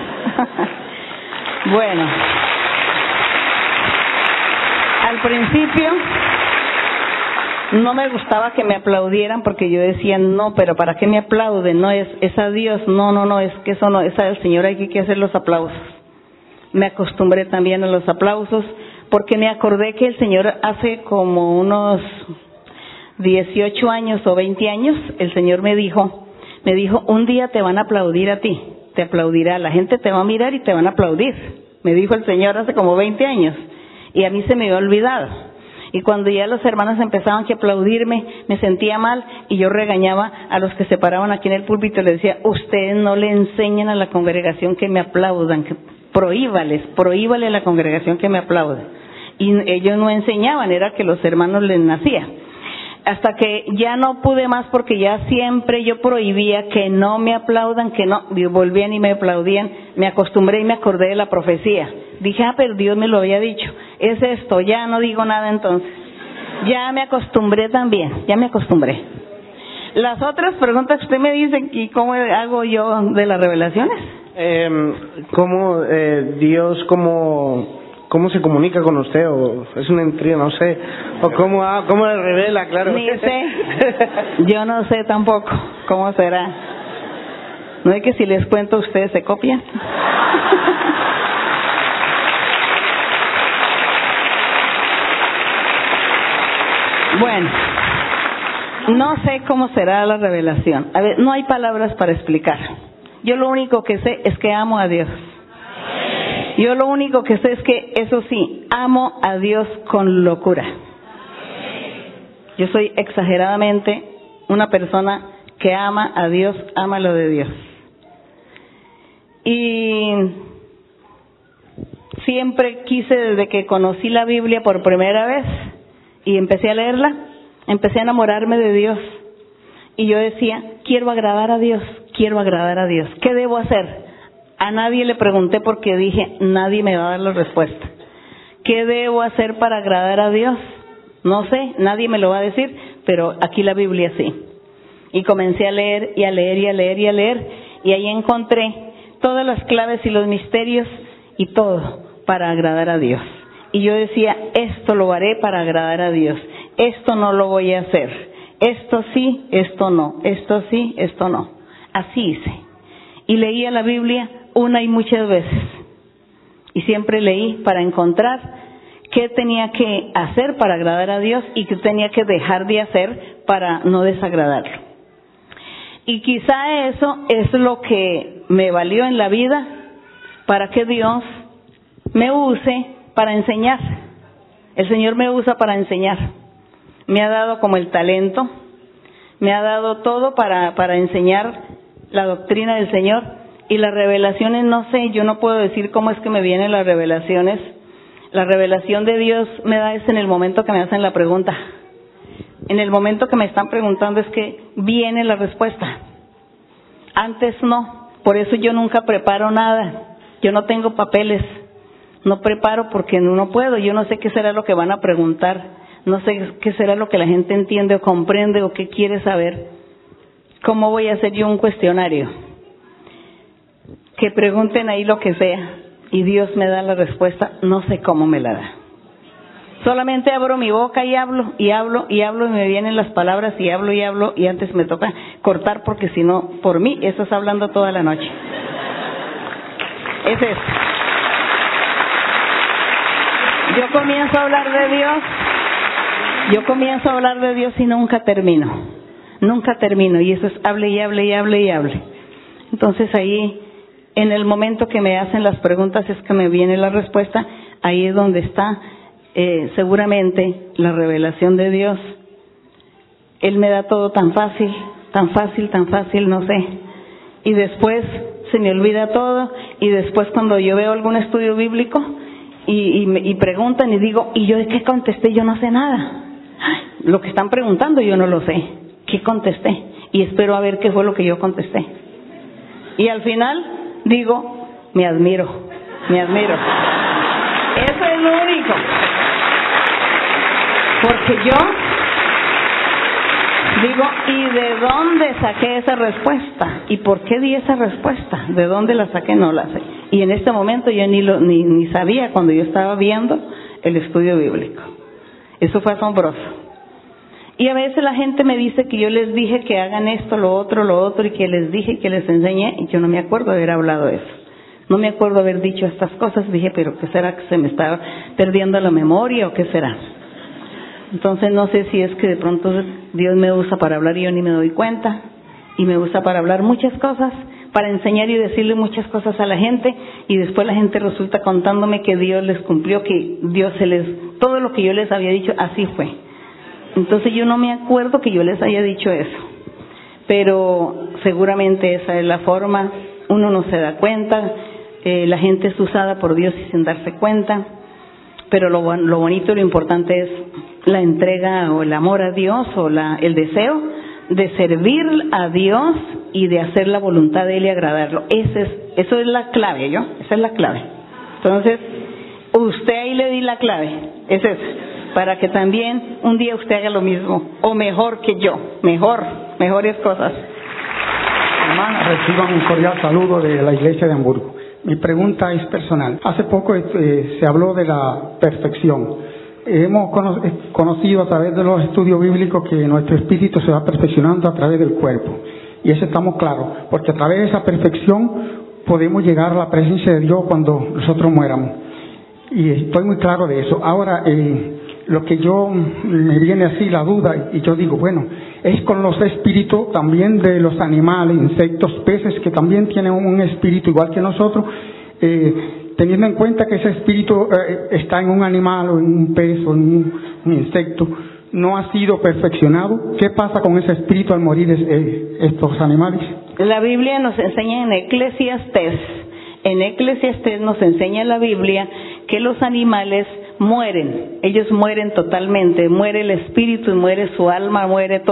Bueno, al principio no me gustaba que me aplaudieran, porque yo decía, no, pero ¿para qué me aplauden? No, es a Dios, no, es que eso no, es al Señor, hay que hacer los aplausos. Me acostumbré también a los aplausos, porque me acordé que el Señor hace como unos 18 años o 20 años, el Señor me dijo, un día te van a aplaudir a ti, te aplaudirá, la gente te va a mirar y te van a aplaudir. Me dijo el Señor hace como 20 años, y a mí se me había olvidado. Y cuando ya los hermanos empezaban a aplaudirme, me sentía mal y yo regañaba a los que se paraban aquí en el púlpito y les decía, ustedes no le enseñan a la congregación que me aplaudan, que prohíbale a la congregación que me aplaude. Y ellos no enseñaban, era que los hermanos les nacía. Hasta que ya no pude más, porque ya siempre yo prohibía que no me aplaudan, que no, volvían y me aplaudían. Me acostumbré y me acordé de la profecía. Dije, pero Dios me lo había dicho. Es esto, ya no digo nada entonces. Ya me acostumbré también, ya me acostumbré. Las otras preguntas que usted me dice, ¿y cómo hago yo de las revelaciones? ¿Cómo Dios, cómo se comunica con usted? O es una intriga, no sé. O cómo le revela, claro. Ni sé. Yo no sé tampoco cómo será. ¿No es que si les cuento ustedes se copian? Bueno, no sé cómo será la revelación. A ver, no hay palabras para explicar. Yo lo único que sé es que amo a Dios. Yo lo único que sé es que, eso sí, amo a Dios con locura. Yo soy exageradamente una persona que ama a Dios, ama lo de Dios. Y siempre quise, desde que conocí la Biblia por primera vez y empecé a leerla, empecé a enamorarme de Dios. y yo decía, quiero agradar a Dios, quiero agradar a Dios. ¿Qué debo hacer? A nadie le pregunté porque dije, nadie me va a dar la respuesta. ¿Qué debo hacer para agradar a Dios? No sé, nadie me lo va a decir, pero aquí la Biblia sí. Y comencé a leer y a leer y a leer y a leer, y ahí encontré todas las claves y los misterios y todo para agradar a Dios. Y yo decía, esto lo haré para agradar a Dios, esto no lo voy a hacer, esto sí, esto no, esto sí, esto no. Así hice. Y leía la Biblia una y muchas veces. Y siempre leí para encontrar qué tenía que hacer para agradar a Dios y qué tenía que dejar de hacer para no desagradarlo. Y quizá eso es lo que me valió en la vida para que Dios me use para enseñar. El Señor me usa para enseñar. Me ha dado como el talento, me ha dado todo para enseñar la doctrina del Señor. Y las revelaciones, no sé, yo no puedo decir cómo es que me vienen las revelaciones. La revelación de Dios me da es en el momento que me hacen la pregunta. En el momento que me están preguntando es que viene la respuesta. Antes no, por eso yo nunca preparo nada. Yo no tengo papeles, no preparo porque no puedo. Yo no sé qué será lo que van a preguntar, no sé qué será lo que la gente entiende o comprende o qué quiere saber. ¿Cómo voy a hacer yo un cuestionario? Que pregunten ahí lo que sea y Dios me da la respuesta, no sé cómo me la da. Solamente abro mi boca y hablo, y hablo, y hablo, y me vienen las palabras, y hablo, y antes me toca cortar porque si no, por mí, estás hablando toda la noche. Es eso. Yo comienzo a hablar de Dios y nunca termino, y eso es hable y hable y hable y hable. Entonces ahí, en el momento que me hacen las preguntas es que me viene la respuesta, ahí es donde está seguramente la revelación de Dios. Él me da todo tan fácil, no sé. Y después se me olvida todo, y después cuando yo veo algún estudio bíblico y preguntan y digo, ¿y yo de qué contesté? Yo no sé nada. Lo que están preguntando yo no lo sé. ¿Qué contesté? Y espero a ver qué fue lo que yo contesté. Y al final digo, me admiro. Eso es lo único. Porque yo digo, ¿y de dónde saqué esa respuesta? ¿Y por qué di esa respuesta? ¿De dónde la saqué? No la sé. Y en este momento yo ni sabía cuando yo estaba viendo el estudio bíblico. Eso fue asombroso. Y a veces la gente me dice que yo les dije que hagan esto, lo otro, y que les dije, que les enseñé, y yo no me acuerdo de haber hablado de eso. No me acuerdo de haber dicho estas cosas. Dije, pero ¿qué será que se me está perdiendo la memoria o qué será? Entonces no sé si es que de pronto Dios me usa para hablar y yo ni me doy cuenta, y me usa para hablar muchas cosas, para enseñar y decirle muchas cosas a la gente, y después la gente resulta contándome que Dios les cumplió, que Dios todo lo que yo les había dicho, así fue. Entonces yo no me acuerdo que yo les haya dicho eso, pero seguramente esa es la forma. Uno no se da cuenta, la gente es usada por Dios y sin darse cuenta. Pero lo bonito y lo importante es la entrega o el amor a Dios o el deseo de servir a Dios y de hacer la voluntad de Él y agradarlo. Eso es la clave, esa es la clave. Entonces, usted ahí le di la clave, es eso, para que también un día usted haga lo mismo, o mejor que yo, mejores cosas. Hermana, reciban un cordial saludo de la Iglesia de Hamburgo. Mi pregunta es personal. Hace poco se habló de la perfección. Hemos conocido a través de los estudios bíblicos que nuestro espíritu se va perfeccionando a través del cuerpo. Y eso estamos claros, porque a través de esa perfección podemos llegar a la presencia de Dios cuando nosotros muéramos. Y estoy muy claro de eso. Ahora, lo que me viene así la duda, y yo digo, bueno, es con los espíritus también de los animales, insectos, peces, que también tienen un espíritu igual que nosotros, teniendo en cuenta que ese espíritu está en un animal o en un pez o en un insecto, no ha sido perfeccionado. ¿Qué pasa con ese espíritu al morir estos animales? La Biblia nos enseña en Eclesiastés. En Eclesiastés nos enseña la Biblia que los animales mueren, ellos mueren totalmente, muere el espíritu y muere su alma, muere todo.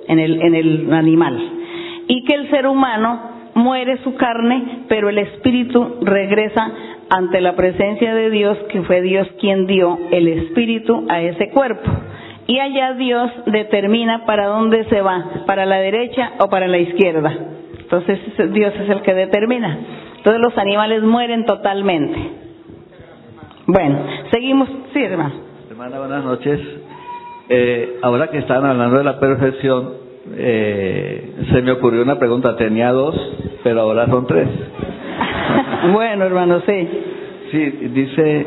en el animal. Y que el ser humano muere su carne, pero el espíritu regresa ante la presencia de Dios, que fue Dios quien dio el espíritu a ese cuerpo. Y allá Dios determina para dónde se va, para la derecha o para la izquierda. Entonces Dios es el que determina. Entonces los animales mueren totalmente. Bueno, seguimos. Sí, hermano. Hermana, buenas noches. Ahora que estaban hablando de la perfección, se me ocurrió una pregunta. Tenía 2, pero ahora son 3. Bueno, hermano, sí. Sí, dice,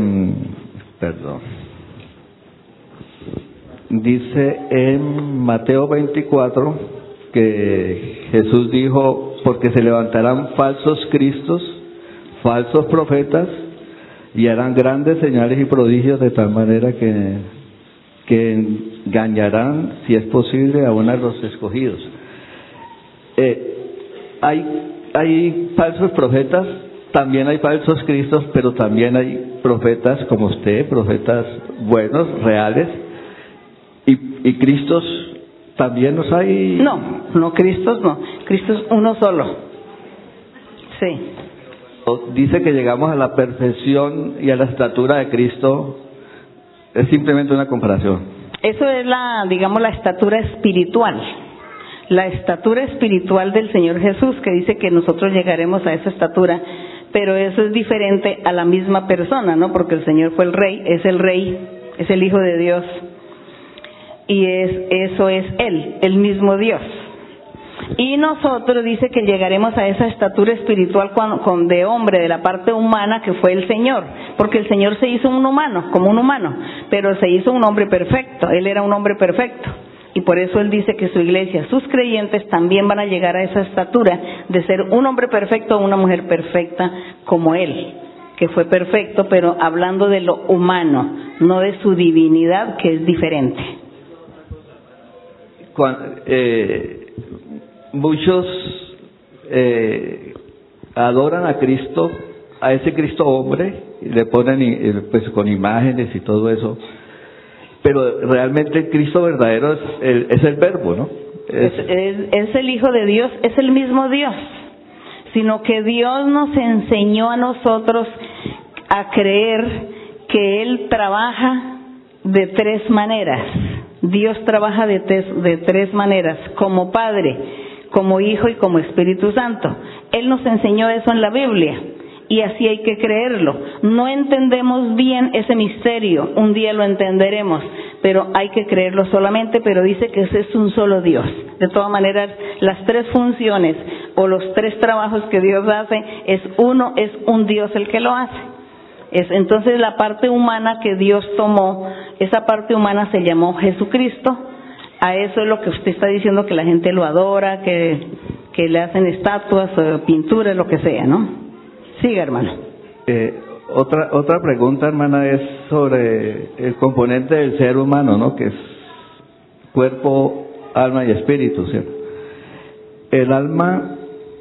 dice en Mateo 24 que Jesús dijo, porque se levantarán falsos cristos, falsos profetas, y harán grandes señales y prodigios de tal manera que engañarán, si es posible, aún a los escogidos. Hay falsos profetas, también hay falsos cristos, pero también hay profetas como usted, profetas buenos, reales, y cristos también los hay. No, cristos no, Cristo es uno solo. Sí. Dice que llegamos a la perfección y a la estatura de Cristo, es simplemente una comparación. Eso es la estatura espiritual. La estatura espiritual del Señor Jesús, que dice que nosotros llegaremos a esa estatura, pero eso es diferente a la misma persona, ¿no? Porque el Señor fue el Rey, es el Hijo de Dios, y eso es Él, el mismo Dios. Y nosotros dice que llegaremos a esa estatura espiritual de hombre, de la parte humana que fue el Señor, porque el Señor se hizo un humano, como un humano, pero se hizo un hombre perfecto, Él era un hombre perfecto. Y por eso Él dice que su iglesia, sus creyentes también van a llegar a esa estatura de ser un hombre perfecto o una mujer perfecta como Él, que fue perfecto, pero hablando de lo humano, no de su divinidad, que es diferente. Muchos adoran a Cristo, a ese Cristo hombre, y le ponen pues con imágenes y todo eso. Pero realmente el Cristo verdadero es el Verbo, ¿no? Es el Hijo de Dios, es el mismo Dios, sino que Dios nos enseñó a nosotros a creer que Él trabaja de 3 maneras. Dios trabaja de 3 maneras, como Padre, como Hijo y como Espíritu Santo. Él nos enseñó eso en la Biblia. Y así hay que creerlo. No entendemos bien ese misterio, un día lo entenderemos, pero hay que creerlo solamente, pero dice que ese es un solo Dios. De todas maneras, las 3 funciones o los 3 trabajos que Dios hace, es un Dios el que lo hace. Entonces la parte humana que Dios tomó, esa parte humana se llamó Jesucristo. A eso es lo que usted está diciendo, que la gente lo adora, que le hacen estatuas, pinturas, lo que sea, ¿no? Siga, hermano. Otra pregunta, hermana, es sobre el componente del ser humano, ¿no? Que es cuerpo, alma y espíritu, ¿cierto? El alma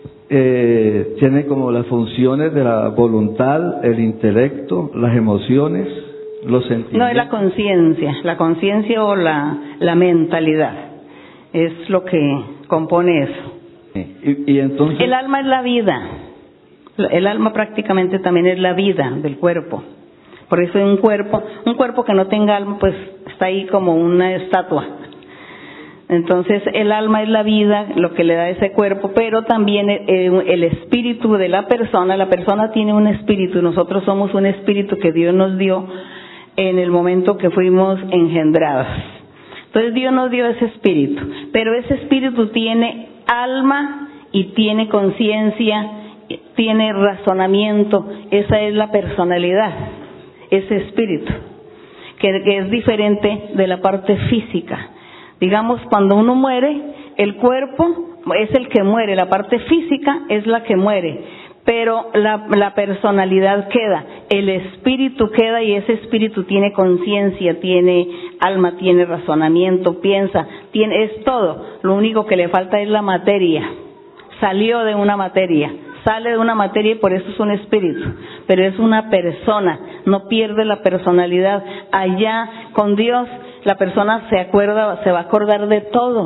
tiene como las funciones de la voluntad, el intelecto, las emociones, los sentimientos. No, es la conciencia o la mentalidad, es lo que compone eso. Y entonces el alma es la vida. El alma prácticamente también es la vida del cuerpo. Por eso un cuerpo que no tenga alma, pues está ahí como una estatua. Entonces el alma es la vida, lo que le da ese cuerpo, pero también el espíritu de la persona tiene un espíritu, nosotros somos un espíritu que Dios nos dio en el momento que fuimos engendrados. Entonces Dios nos dio ese espíritu, pero ese espíritu tiene alma y tiene conciencia, tiene razonamiento. Esa es la personalidad, ese espíritu, que es diferente de la parte física. Digamos, cuando uno muere, el cuerpo es el que muere, la parte física es la que muere, pero la personalidad queda, el espíritu queda, y ese espíritu tiene conciencia, tiene alma, tiene razonamiento, piensa, es todo. Lo único que le falta es la materia. Salió de una materia, sale de una materia, y por eso es un espíritu, pero es una persona, no pierde la personalidad. Allá con Dios la persona se va a acordar de todo,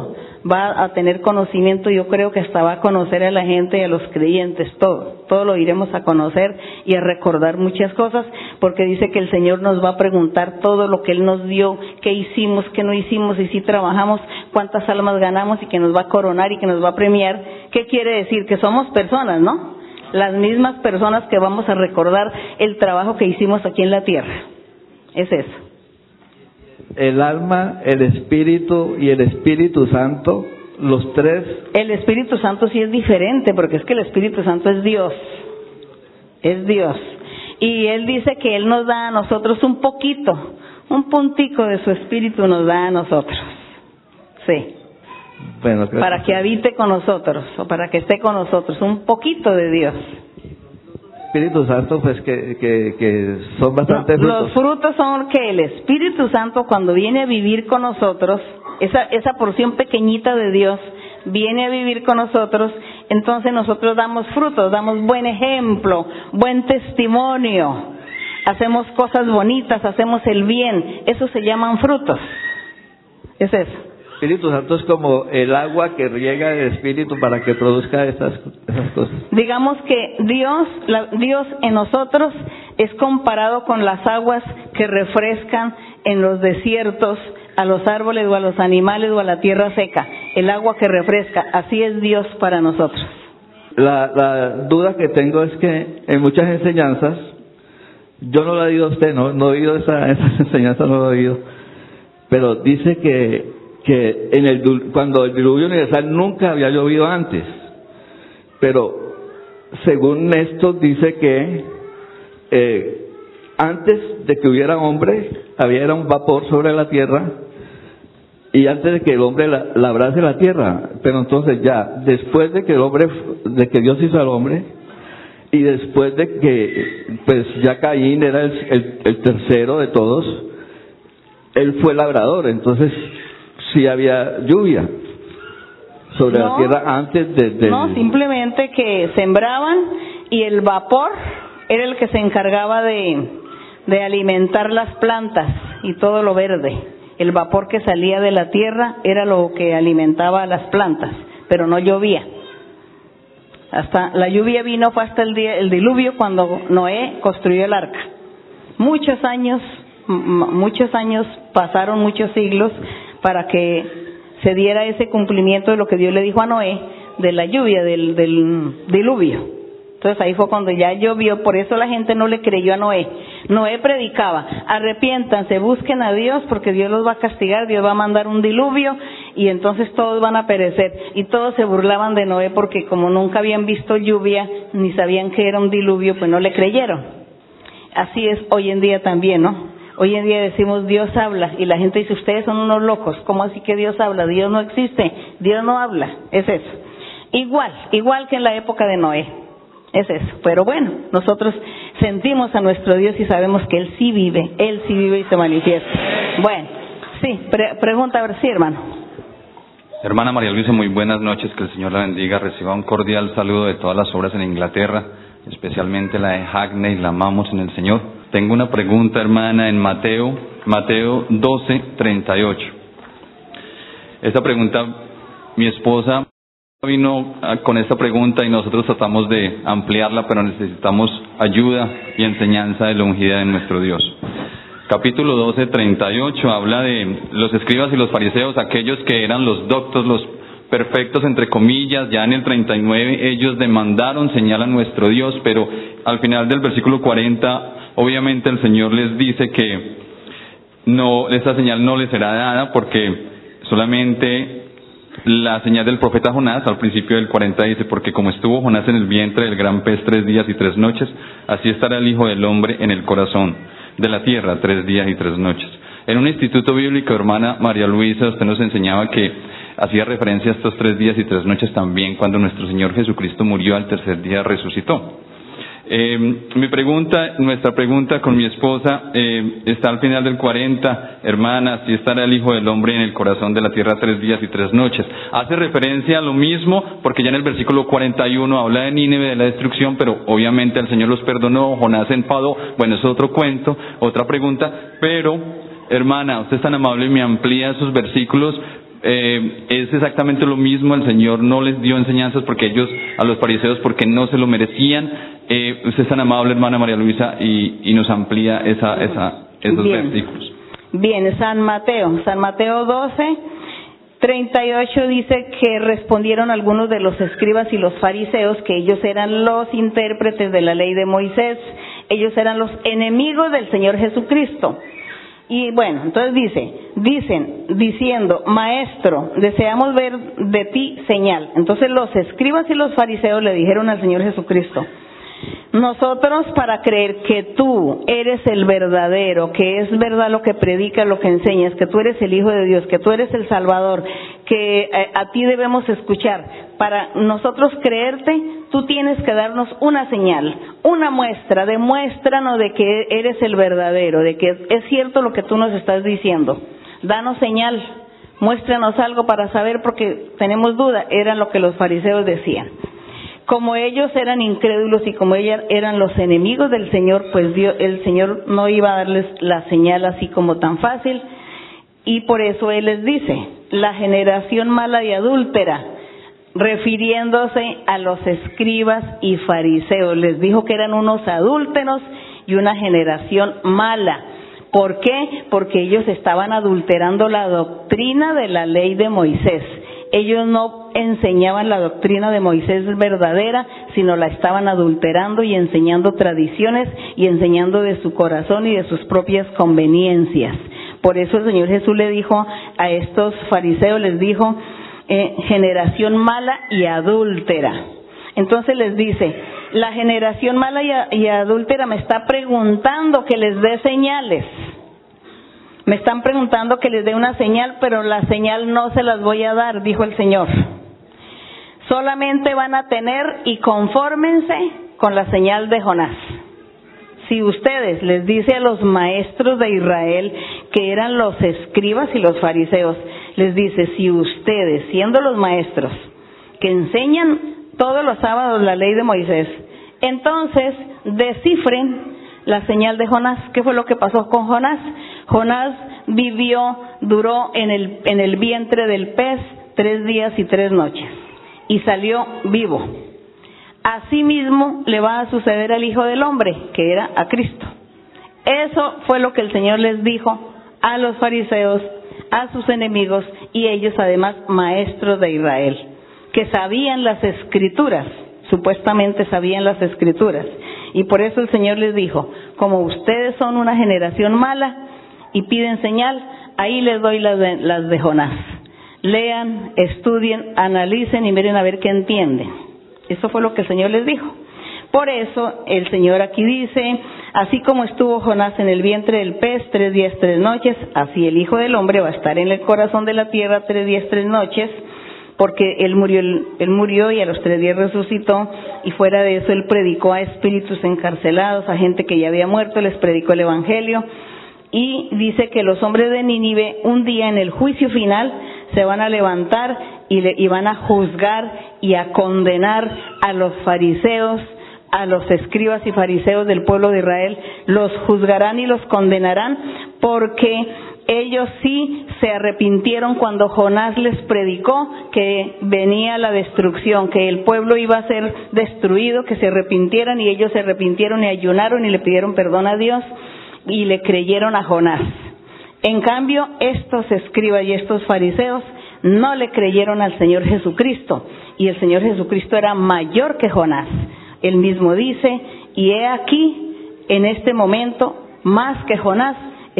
va a tener conocimiento, yo creo que hasta va a conocer a la gente y a los creyentes, todo lo iremos a conocer y a recordar muchas cosas, porque dice que el Señor nos va a preguntar todo lo que Él nos dio, qué hicimos, qué no hicimos, y si trabajamos, cuántas almas ganamos, y que nos va a coronar y que nos va a premiar. ¿Qué quiere decir? Que somos personas, ¿no? Las mismas personas que vamos a recordar el trabajo que hicimos aquí en la tierra. Es eso. El alma, el espíritu y el Espíritu Santo, los tres. El Espíritu Santo sí es diferente, porque es que el Espíritu Santo es Dios. Es Dios. Y Él dice que Él nos da a nosotros un poquito, un puntico de su Espíritu nos da a nosotros. Sí. Bueno, para que habite con nosotros, o para que esté con nosotros, un poquito de Dios. Espíritu Santo, pues que son bastante frutos. Los frutos son que el Espíritu Santo, cuando viene a vivir con nosotros, esa porción pequeñita de Dios viene a vivir con nosotros, entonces nosotros damos frutos, damos buen ejemplo, buen testimonio, hacemos cosas bonitas, hacemos el bien, eso se llaman frutos. Es eso. Espíritu Santo es como el agua que riega el Espíritu para que produzca esas cosas. Digamos que Dios en nosotros es comparado con las aguas que refrescan en los desiertos a los árboles o a los animales o a la tierra seca. El agua que refresca, así es Dios para nosotros. La duda que tengo es que en muchas enseñanzas, yo no lo he oído a usted, no he oído esas enseñanzas, no lo he oído, pero dice que cuando el diluvio universal nunca había llovido antes, pero según esto dice que antes de que hubiera hombre había un vapor sobre la tierra, y antes de que el hombre labrase la tierra, pero entonces ya después de que Dios hizo al hombre, y después de que pues ya Caín era el tercero de todos, él fue labrador, entonces sí había lluvia sobre la tierra antes de... No, simplemente que sembraban y el vapor era el que se encargaba de alimentar las plantas y todo lo verde. El vapor que salía de la tierra era lo que alimentaba a las plantas, pero no llovía. Hasta la lluvia fue hasta el diluvio, cuando Noé construyó el arca. Muchos años pasaron, muchos siglos, para que se diera ese cumplimiento de lo que Dios le dijo a Noé, de la lluvia, del diluvio. Entonces ahí fue cuando ya llovió, por eso la gente no le creyó a Noé. Noé predicaba, arrepiéntanse, busquen a Dios, porque Dios los va a castigar, Dios va a mandar un diluvio, y entonces todos van a perecer. Y todos se burlaban de Noé, porque como nunca habían visto lluvia, ni sabían que era un diluvio, pues no le creyeron. Así es hoy en día también, ¿no? Hoy en día decimos Dios habla, y la gente dice, ustedes son unos locos, ¿cómo así que Dios habla? Dios no existe, Dios no habla, es eso. Igual que en la época de Noé, es eso. Pero bueno, nosotros sentimos a nuestro Dios y sabemos que Él sí vive y se manifiesta. Bueno, sí, pregunta, a ver, sí, hermano. Hermana María Luisa, muy buenas noches, que el Señor la bendiga, reciba un cordial saludo de todas las obras en Inglaterra, especialmente la de Hackney, la amamos en el Señor. Tengo una pregunta, hermana, en Mateo 12:38. Esta pregunta, mi esposa vino con esta pregunta y nosotros tratamos de ampliarla, pero necesitamos ayuda y enseñanza de la ungida de nuestro Dios. Capítulo 12:38 habla de los escribas y los fariseos, aquellos que eran los doctos, los perfectos entre comillas. Ya en el 39 ellos demandaron señal a nuestro Dios, pero al final del versículo 40 obviamente el Señor les dice que no, esta señal no les será dada, porque solamente la señal del profeta Jonás. Al principio del 40 dice, porque como estuvo Jonás en el vientre del gran pez 3 días y 3 noches, así estará el Hijo del Hombre en el corazón de la tierra 3 días y 3 noches. En un instituto bíblico, hermana María Luisa, usted nos enseñaba que hacía referencia a estos 3 días y 3 noches también cuando nuestro Señor Jesucristo murió, al tercer día resucitó. Nuestra pregunta con mi esposa está al final del 40, hermana, si estará el Hijo del Hombre en el corazón de la tierra 3 días y 3 noches. Hace referencia a lo mismo, porque ya en el versículo 41 habla de Nínive, de la destrucción, pero obviamente el Señor los perdonó, Jonás se enfadó. Bueno, es otro cuento, otra pregunta, pero hermana, usted es tan amable y me amplía esos versículos. es exactamente lo mismo. El Señor no les dio enseñanzas porque ellos, a los fariseos, porque no se lo merecían. Usted es tan amable, hermana María Luisa, y nos amplía esos versículos. Bien, San Mateo 12, 38 dice que respondieron algunos de los escribas y los fariseos que ellos eran los intérpretes de la ley de Moisés, ellos eran los enemigos del Señor Jesucristo. Y bueno, entonces diciendo, Maestro, deseamos ver de ti señal. Entonces los escribas y los fariseos le dijeron al Señor Jesucristo: nosotros, para creer que tú eres el verdadero, que es verdad lo que predicas, lo que enseñas, que tú eres el Hijo de Dios, que tú eres el Salvador, que a ti debemos escuchar, para nosotros creerte, tú tienes que darnos una señal, una muestra, demuéstranos de que eres el verdadero, de que es cierto lo que tú nos estás diciendo. Danos señal, muéstranos algo para saber, porque tenemos duda. Era lo que los fariseos decían. Como ellos eran incrédulos y como ellos eran los enemigos del Señor, pues el Señor no iba a darles la señal así como tan fácil, y por eso Él les dice: la generación mala y adúltera, refiriéndose a los escribas y fariseos. Les dijo que eran unos adúlteros y una generación mala. ¿Por qué? Porque ellos estaban adulterando la doctrina de la ley de Moisés. Ellos no enseñaban la doctrina de Moisés verdadera, sino la estaban adulterando y enseñando tradiciones y enseñando de su corazón y de sus propias conveniencias. Por eso el Señor Jesús le dijo a estos fariseos, les dijo, generación mala y adúltera. Entonces les dice, la generación mala y adúltera me está preguntando que les dé señales. Me están preguntando que les dé una señal, pero la señal no se las voy a dar, dijo el Señor. Solamente van a tener y confórmense con la señal de Jonás. Si ustedes les dice a los maestros de Israel, que eran los escribas y los fariseos, les dice, si ustedes, siendo los maestros, que enseñan todos los sábados la ley de Moisés, entonces descifren la señal de Jonás. ¿Qué fue lo que pasó con Jonás? Jonás duró en el vientre del pez 3 días y 3 noches y salió vivo. Asimismo le va a suceder al Hijo del Hombre, que era a Cristo. Eso fue lo que el Señor les dijo a los fariseos, a sus enemigos, y ellos además maestros de Israel, que sabían las Escrituras, supuestamente sabían las Escrituras. Y por eso el Señor les dijo, como ustedes son una generación mala y piden señal, ahí les doy las de Jonás. Lean, estudien, analicen y miren a ver qué entienden. Eso fue lo que el Señor les dijo. Por eso el Señor aquí dice, así como estuvo Jonás en el vientre del pez 3 días 3 noches, así el Hijo del Hombre va a estar en el corazón de la tierra 3 días 3 noches, porque él murió y a los 3 días resucitó, y fuera de eso él predicó a espíritus encarcelados, a gente que ya había muerto, les predicó el evangelio. Y dice que los hombres de Nínive un día en el juicio final se van a levantar y van a juzgar y a condenar a los fariseos, a los escribas y fariseos del pueblo de Israel. Los juzgarán y los condenarán porque ellos sí se arrepintieron cuando Jonás les predicó que venía la destrucción, que el pueblo iba a ser destruido, que se arrepintieran, y ellos se arrepintieron y ayunaron y le pidieron perdón a Dios y le creyeron a Jonás. En cambio, estos escribas y estos fariseos no le creyeron al Señor Jesucristo, y el Señor Jesucristo era mayor que Jonás. Él mismo dice, y he aquí, en este momento, más que Jonás,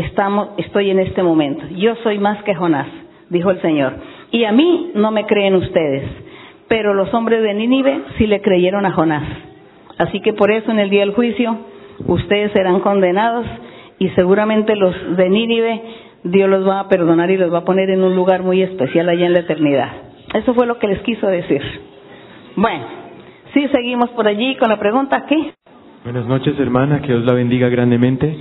estoy en este momento. Yo soy más que Jonás, dijo el Señor. Y a mí no me creen ustedes, pero los hombres de Nínive sí le creyeron a Jonás. Así que por eso en el día del juicio, ustedes serán condenados, y seguramente los de Nínive Dios los va a perdonar y los va a poner en un lugar muy especial allá en la eternidad. Eso fue lo que les quiso decir. Bueno, sí, seguimos por allí con la pregunta aquí. Buenas noches, hermana, que Dios la bendiga grandemente.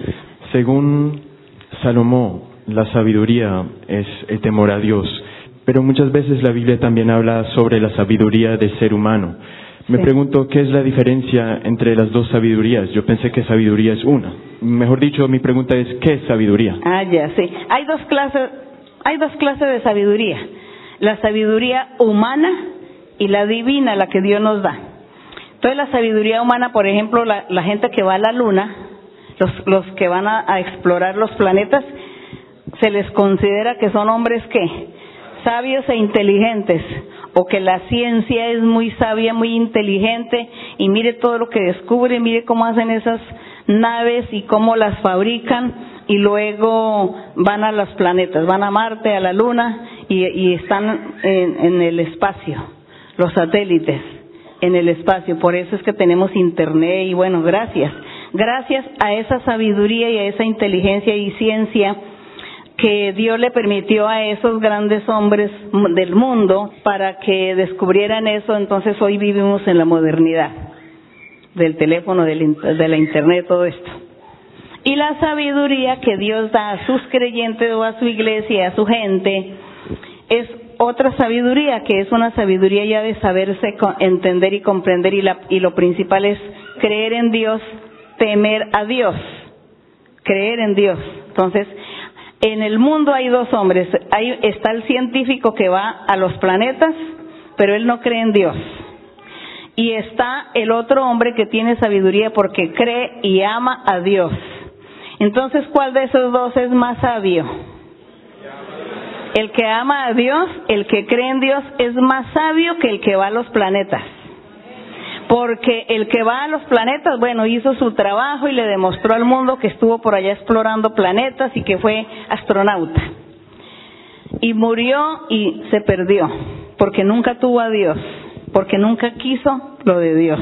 Según Salomón, la sabiduría es el temor a Dios, pero muchas veces la Biblia también habla sobre la sabiduría del ser humano. Me pregunto, ¿qué es la diferencia entre las dos sabidurías? Yo pensé que sabiduría es una. Mejor dicho, mi pregunta es, ¿qué es sabiduría? Ya, sí. Hay dos clases de sabiduría. la sabiduría humana y la divina, la que Dios nos da. Entonces la sabiduría humana, por ejemplo, la gente que va a la luna, los que van a explorar los planetas, se les considera que son hombres que sabios e inteligentes, o que la ciencia es muy sabia, muy inteligente, y mire todo lo que descubre, mire cómo hacen esas naves y cómo las fabrican, y luego van a los planetas, van a Marte, a la Luna, y están en el espacio, los satélites en el espacio. Por eso es que tenemos internet, y bueno, gracias a esa sabiduría y a esa inteligencia y ciencia que Dios le permitió a esos grandes hombres del mundo para que descubrieran eso. Entonces hoy vivimos en la modernidad del teléfono, de la internet, todo esto. Y la sabiduría que Dios da a sus creyentes o a su iglesia, a su gente, es otra sabiduría, que es una sabiduría ya de saberse entender y comprender, y lo principal es creer en Dios, temer a Dios, creer en Dios. Entonces, en el mundo hay dos hombres. Está el científico que va a los planetas, pero él no cree en Dios. Y está el otro hombre que tiene sabiduría porque cree y ama a Dios. Entonces, ¿cuál de esos dos es más sabio? El que ama a Dios, el que cree en Dios, es más sabio que el que va a los planetas. Porque el que va a los planetas, bueno, hizo su trabajo y le demostró al mundo que estuvo por allá explorando planetas y que fue astronauta. Y murió y se perdió, porque nunca tuvo a Dios, porque nunca quiso lo de Dios.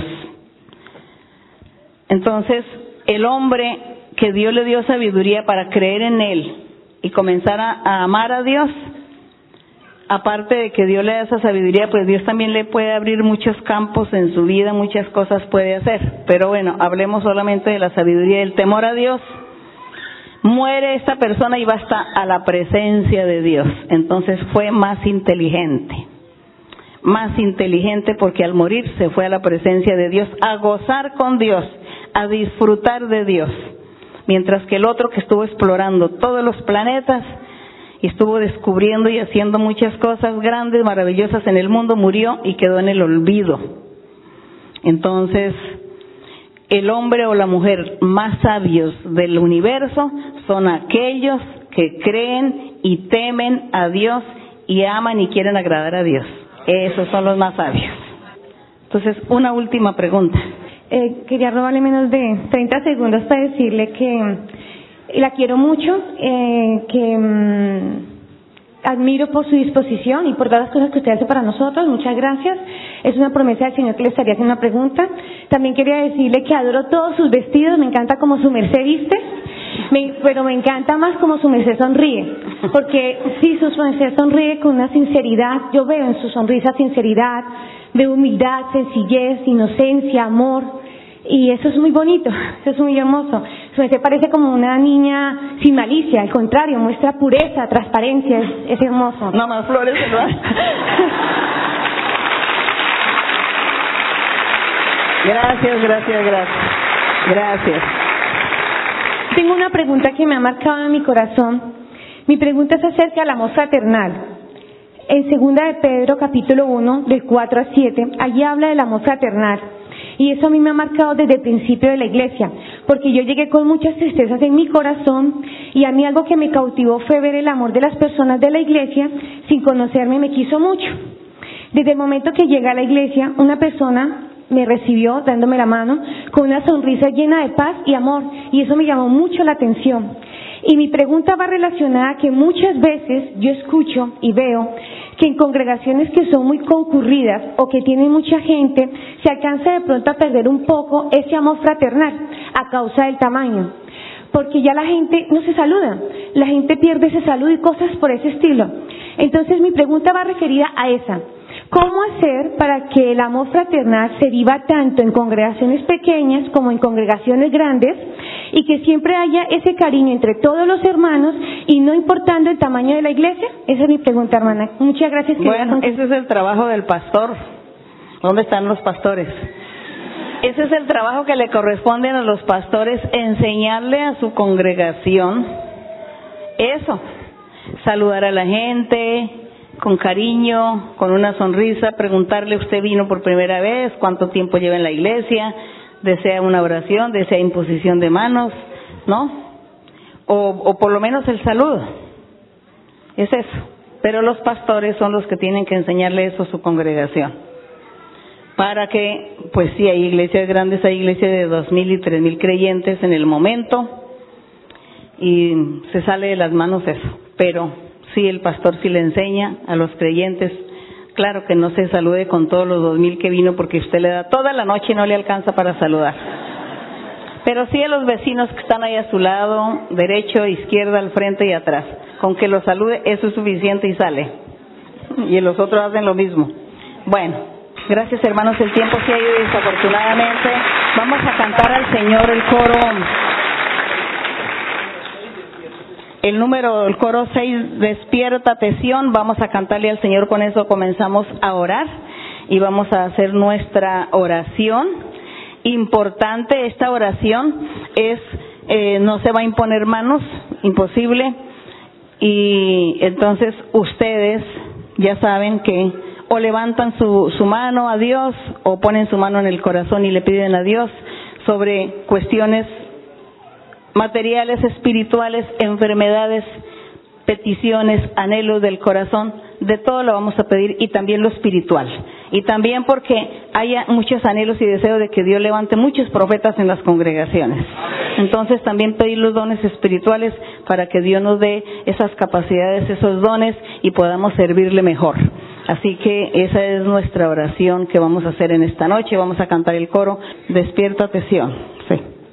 Entonces, el hombre que Dios le dio sabiduría para creer en Él y comenzar a amar a Dios, aparte de que Dios le da esa sabiduría, pues Dios también le puede abrir muchos campos en su vida, muchas cosas puede hacer. Pero bueno, hablemos solamente de la sabiduría y del temor a Dios. Muere esta persona y va hasta a la presencia de Dios. Entonces fue más inteligente porque al morir se fue a la presencia de Dios, a gozar con Dios, a disfrutar de Dios. Mientras que el otro, que estuvo explorando todos los planetas y estuvo descubriendo y haciendo muchas cosas grandes, maravillosas en el mundo, murió y quedó en el olvido. Entonces, el hombre o la mujer más sabios del universo son aquellos que creen y temen a Dios y aman y quieren agradar a Dios. Esos son los más sabios. Entonces, una última pregunta. Quería robarle menos de 30 segundos para decirle que la quiero mucho, que admiro por su disposición y por todas las cosas que usted hace para nosotros. Muchas gracias. Es una promesa del Señor que le estaría haciendo una pregunta. También quería decirle que adoro todos sus vestidos, me encanta como su merced viste, pero me encanta más como su merced sonríe, porque sí, su merced sonríe con una sinceridad. Yo veo en su sonrisa sinceridad, de humildad, sencillez, inocencia, amor, y eso es muy bonito, eso es muy hermoso. Su merced parece como una niña sin malicia, al contrario, muestra pureza, transparencia, es hermoso. No más flores, ¿verdad? Gracias. Tengo una pregunta que me ha marcado en mi corazón. Mi pregunta es acerca del amor fraternal. En 2 de Pedro, capítulo 1, del 4 a 7, allí habla del amor fraternal. Y eso a mí me ha marcado desde el principio de la iglesia, porque yo llegué con muchas tristezas en mi corazón, y a mí algo que me cautivó fue ver el amor de las personas de la iglesia. Sin conocerme me quiso mucho. Desde el momento que llegué a la iglesia, una persona me recibió dándome la mano con una sonrisa llena de paz y amor, y eso me llamó mucho la atención. Y mi pregunta va relacionada a que muchas veces yo escucho y veo que en congregaciones que son muy concurridas o que tienen mucha gente, se alcanza de pronto a perder un poco ese amor fraternal a causa del tamaño, porque ya la gente no se saluda, la gente pierde ese saludo y cosas por ese estilo. Entonces mi pregunta va referida a esa. ¿Cómo hacer para que el amor fraternal se viva tanto en congregaciones pequeñas como en congregaciones grandes, y que siempre haya ese cariño entre todos los hermanos y no importando el tamaño de la iglesia? Esa es mi pregunta, hermana. Muchas gracias. Bueno, ese es el trabajo del pastor. ¿Dónde están los pastores? Ese es el trabajo que le corresponde a los pastores, enseñarle a su congregación eso, saludar a la gente, con cariño, con una sonrisa, preguntarle, ¿usted vino por primera vez? ¿Cuánto tiempo lleva en la iglesia? ¿Desea una oración? ¿Desea imposición de manos? ¿No? O por lo menos el saludo. Es eso. Pero los pastores son los que tienen que enseñarle eso a su congregación. Para que, pues sí, hay iglesias grandes, hay iglesias de 2,000 y 3,000 creyentes en el momento, y se sale de las manos eso. Pero sí, el pastor sí le enseña a los creyentes, claro que no se salude con todos los 2,000 que vino, porque usted le da toda la noche y no le alcanza para saludar. Pero sí a los vecinos que están ahí a su lado, derecho, izquierda, al frente y atrás. Con que los salude, eso es suficiente y sale. Y los otros hacen lo mismo. Bueno, gracias hermanos, el tiempo se ha ido desafortunadamente. Vamos a cantar al Señor el coro. El coro 6, Despiértate Sión. Vamos a cantarle al Señor, con eso comenzamos a orar. Y vamos a hacer nuestra oración. Importante, esta oración es, no se va a imponer manos, imposible. Y entonces ustedes ya saben que o levantan su mano a Dios o ponen su mano en el corazón y le piden a Dios sobre cuestiones materiales, espirituales, enfermedades, peticiones, anhelos del corazón. De todo lo vamos a pedir, y también lo espiritual. Y también porque haya muchos anhelos y deseos de que Dios levante muchos profetas en las congregaciones. Entonces también pedir los dones espirituales para que Dios nos dé esas capacidades, esos dones, y podamos servirle mejor. Así que esa es nuestra oración que vamos a hacer en esta noche. Vamos a cantar el coro Despiértate Sión. Sí.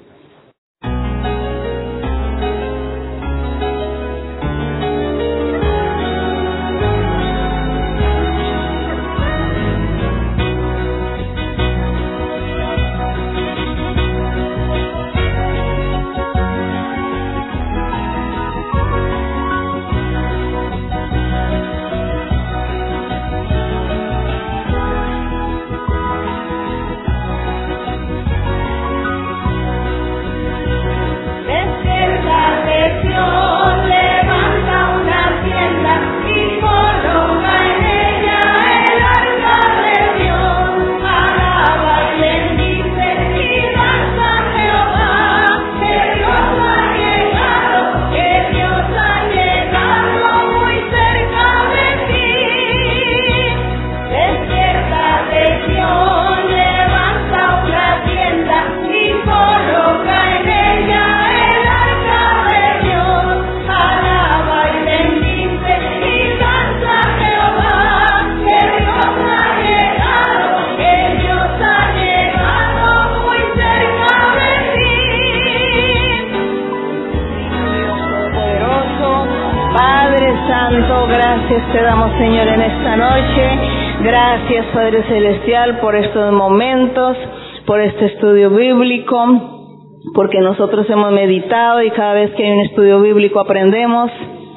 Gracias te damos, Señor, en esta noche. Gracias, Padre Celestial, por estos momentos, por este estudio bíblico, porque nosotros hemos meditado y cada vez que hay un estudio bíblico aprendemos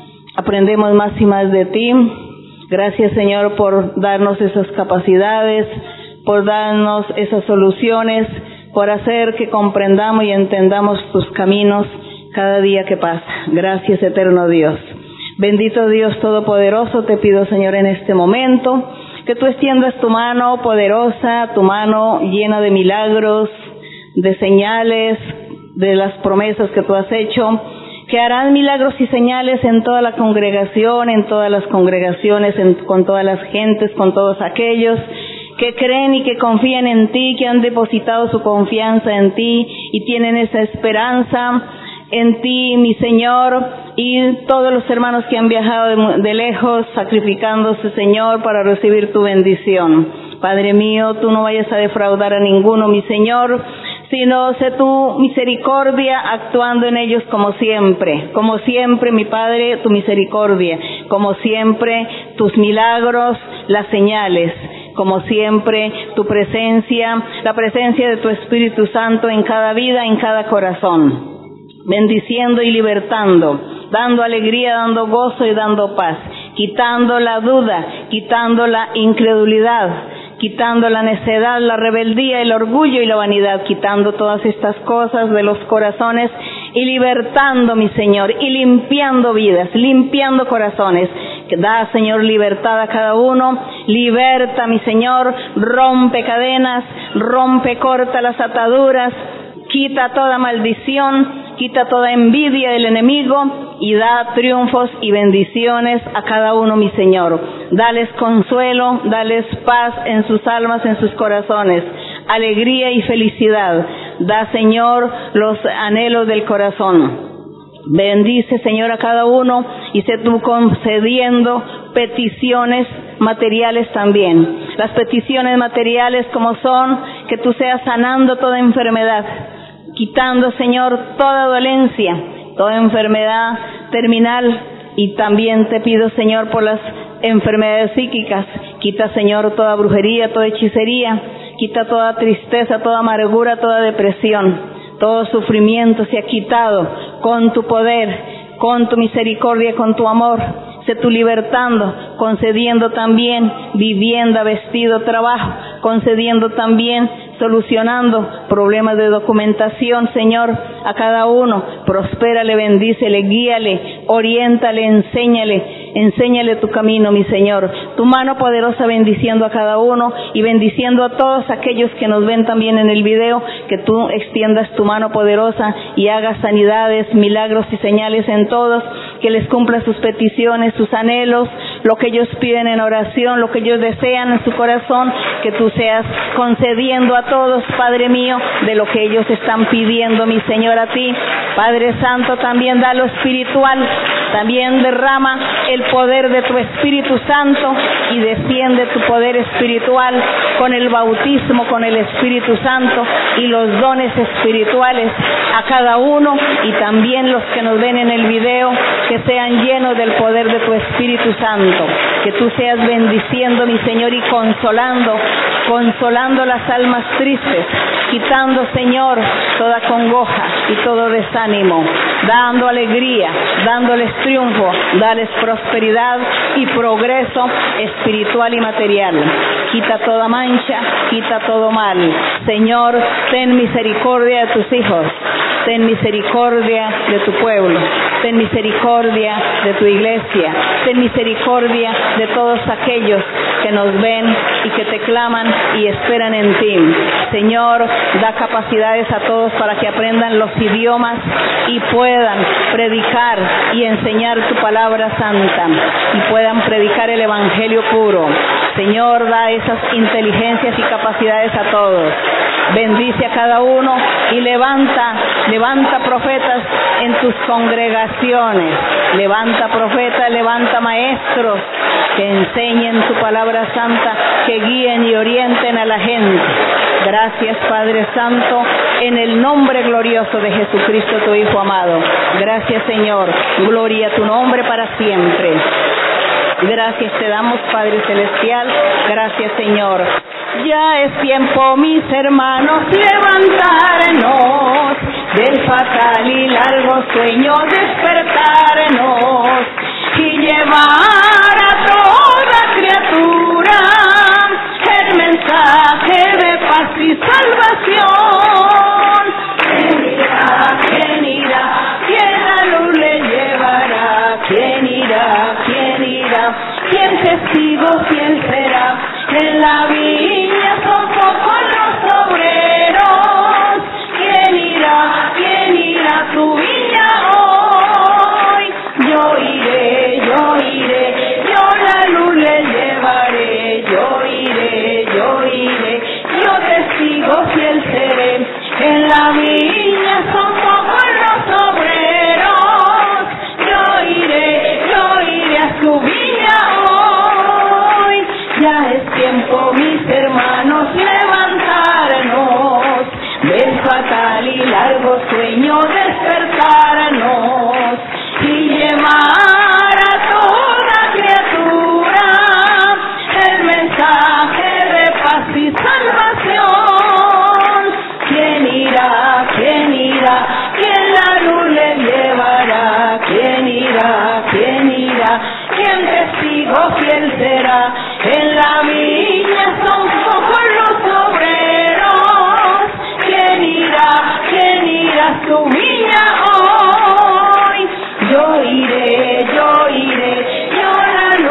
más y más de ti. Gracias, Señor, por darnos esas capacidades, por darnos esas soluciones, por hacer que comprendamos y entendamos tus caminos cada día que pasa. Gracias, eterno Dios. Bendito Dios Todopoderoso, te pido, Señor, en este momento, que tú extiendas tu mano poderosa, tu mano llena de milagros, de señales, de las promesas que tú has hecho, que harán milagros y señales en toda la congregación, en todas las congregaciones, con todas las gentes, con todos aquellos que creen y que confían en ti, que han depositado su confianza en ti y tienen esa esperanza en ti, mi Señor, y todos los hermanos que han viajado de lejos, sacrificándose, Señor, para recibir tu bendición. Padre mío, tú no vayas a defraudar a ninguno, mi Señor, sino sé tu misericordia actuando en ellos como siempre, mi Padre, tu misericordia, como siempre, tus milagros, las señales, como siempre, tu presencia, la presencia de tu Espíritu Santo en cada vida, en cada corazón, bendiciendo y libertando, dando alegría, dando gozo y dando paz, quitando la duda, quitando la incredulidad, quitando la necedad, la rebeldía, el orgullo y la vanidad, quitando todas estas cosas de los corazones y libertando, mi Señor, y limpiando vidas, limpiando corazones, Da, Señor, libertad a cada uno. Liberta, mi Señor, rompe cadenas, corta las ataduras, quita toda maldición, quita toda envidia del enemigo y da triunfos y bendiciones a cada uno, mi Señor. Dales consuelo, dales paz en sus almas, en sus corazones, alegría y felicidad. Da, Señor, los anhelos del corazón. Bendice, Señor, a cada uno y sé tú concediendo peticiones materiales también. Las peticiones materiales como son que tú seas sanando toda enfermedad, quitando, Señor, toda dolencia, toda enfermedad terminal, y también te pido, Señor, por las enfermedades psíquicas. Quita, Señor, toda brujería, toda hechicería, quita toda tristeza, toda amargura, toda depresión. Todo sufrimiento se ha quitado con tu poder, con tu misericordia, con tu amor. Sé tú libertando, concediendo también vivienda, vestido, trabajo, concediendo también, solucionando problemas de documentación, Señor, a cada uno. Prospérale, bendícele, guíale, oriéntale, enséñale tu camino, mi Señor. Tu mano poderosa bendiciendo a cada uno y bendiciendo a todos aquellos que nos ven también en el video, que tú extiendas tu mano poderosa y hagas sanidades, milagros y señales en todos, que les cumpla sus peticiones, sus anhelos, lo que ellos piden en oración, lo que ellos desean en su corazón, que tú seas concediendo a todos, Padre mío, de lo que ellos están pidiendo, mi Señor, a ti. Padre Santo, también da lo espiritual, también derrama el poder de tu Espíritu Santo y desciende tu poder espiritual con el bautismo, con el Espíritu Santo y los dones espirituales a cada uno, y también los que nos ven en el video, que sean llenos del poder de tu Espíritu Santo, que tú seas bendiciendo, mi Señor, y consolando las almas tristes, quitando, Señor, toda congoja y todo desánimo, dando alegría, dándoles triunfo, dales prosperidad y progreso espiritual y material. Quita toda mancha, quita todo mal. Señor, ten misericordia de tus hijos, ten misericordia de tu pueblo, ten misericordia de tu iglesia, ten misericordia de todos aquellos que nos ven y que te claman y esperan en ti. Señor, da capacidades a todos para que aprendan los idiomas y puedan predicar y enseñar tu palabra santa y puedan predicar el evangelio puro. Señor, da esas inteligencias y capacidades a todos. Bendice a cada uno y levanta profetas en tus congregaciones. Levanta profetas, levanta maestros que enseñen tu palabra santa, que guíen y orienten a la gente. Gracias, Padre Santo, en el nombre glorioso de Jesucristo, tu Hijo amado. Gracias, Señor. Gloria a tu nombre para siempre. Gracias te damos, Padre Celestial. Gracias, Señor. Ya es tiempo, mis hermanos, levantarnos del fatal y largo sueño, despertarnos y llevar a toda criatura el mensaje de paz y salvación. ¿Quién irá? ¿Quién la luz le llevará? ¿Quién irá? ¿Quién testigo fiel será? En la viña son pocos los obreros. ¿Quién irá? A tu viña hoy? Yo iré, yo la luz le llevaré. Yo iré, yo testigo fiel seré. En la viña son pocos los obreros. Yo iré a su viña hoy. Ya es tiempo, mis hermanos, levantarnos del fatal y largo sueño, despertarnos y llevar a toda criatura el mensaje de paz y salvación. ¿Quién irá? ¿Quién la luz le llevará? ¿Quién irá? ¿Quién testigo fiel será? En la viña son pocos los obreros. ¿Quién irá a su viña hoy? Yo iré, yo la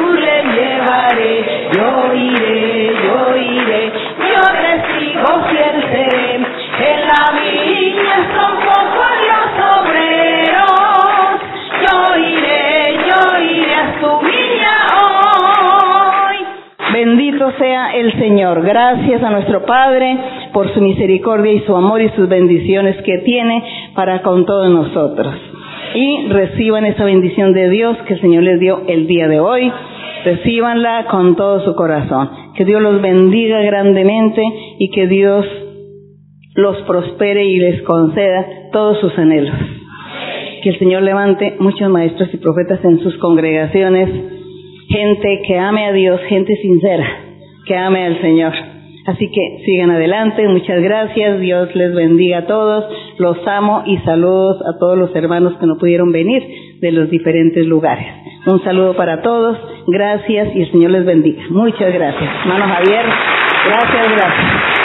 Bendito sea el Señor. Gracias a nuestro Padre por su misericordia y su amor y sus bendiciones que tiene para con todos nosotros. Y reciban esa bendición de Dios que el Señor les dio el día de hoy. Recíbanla con todo su corazón. Que Dios los bendiga grandemente y que Dios los prospere y les conceda todos sus anhelos. Que el Señor levante muchos maestros y profetas en sus congregaciones, gente que ame a Dios, gente sincera, que ame al Señor. Así que sigan adelante, muchas gracias, Dios les bendiga a todos, los amo y saludos a todos los hermanos que no pudieron venir de los diferentes lugares. Un saludo para todos, gracias y el Señor les bendiga. Muchas gracias. Hermano Javier, gracias.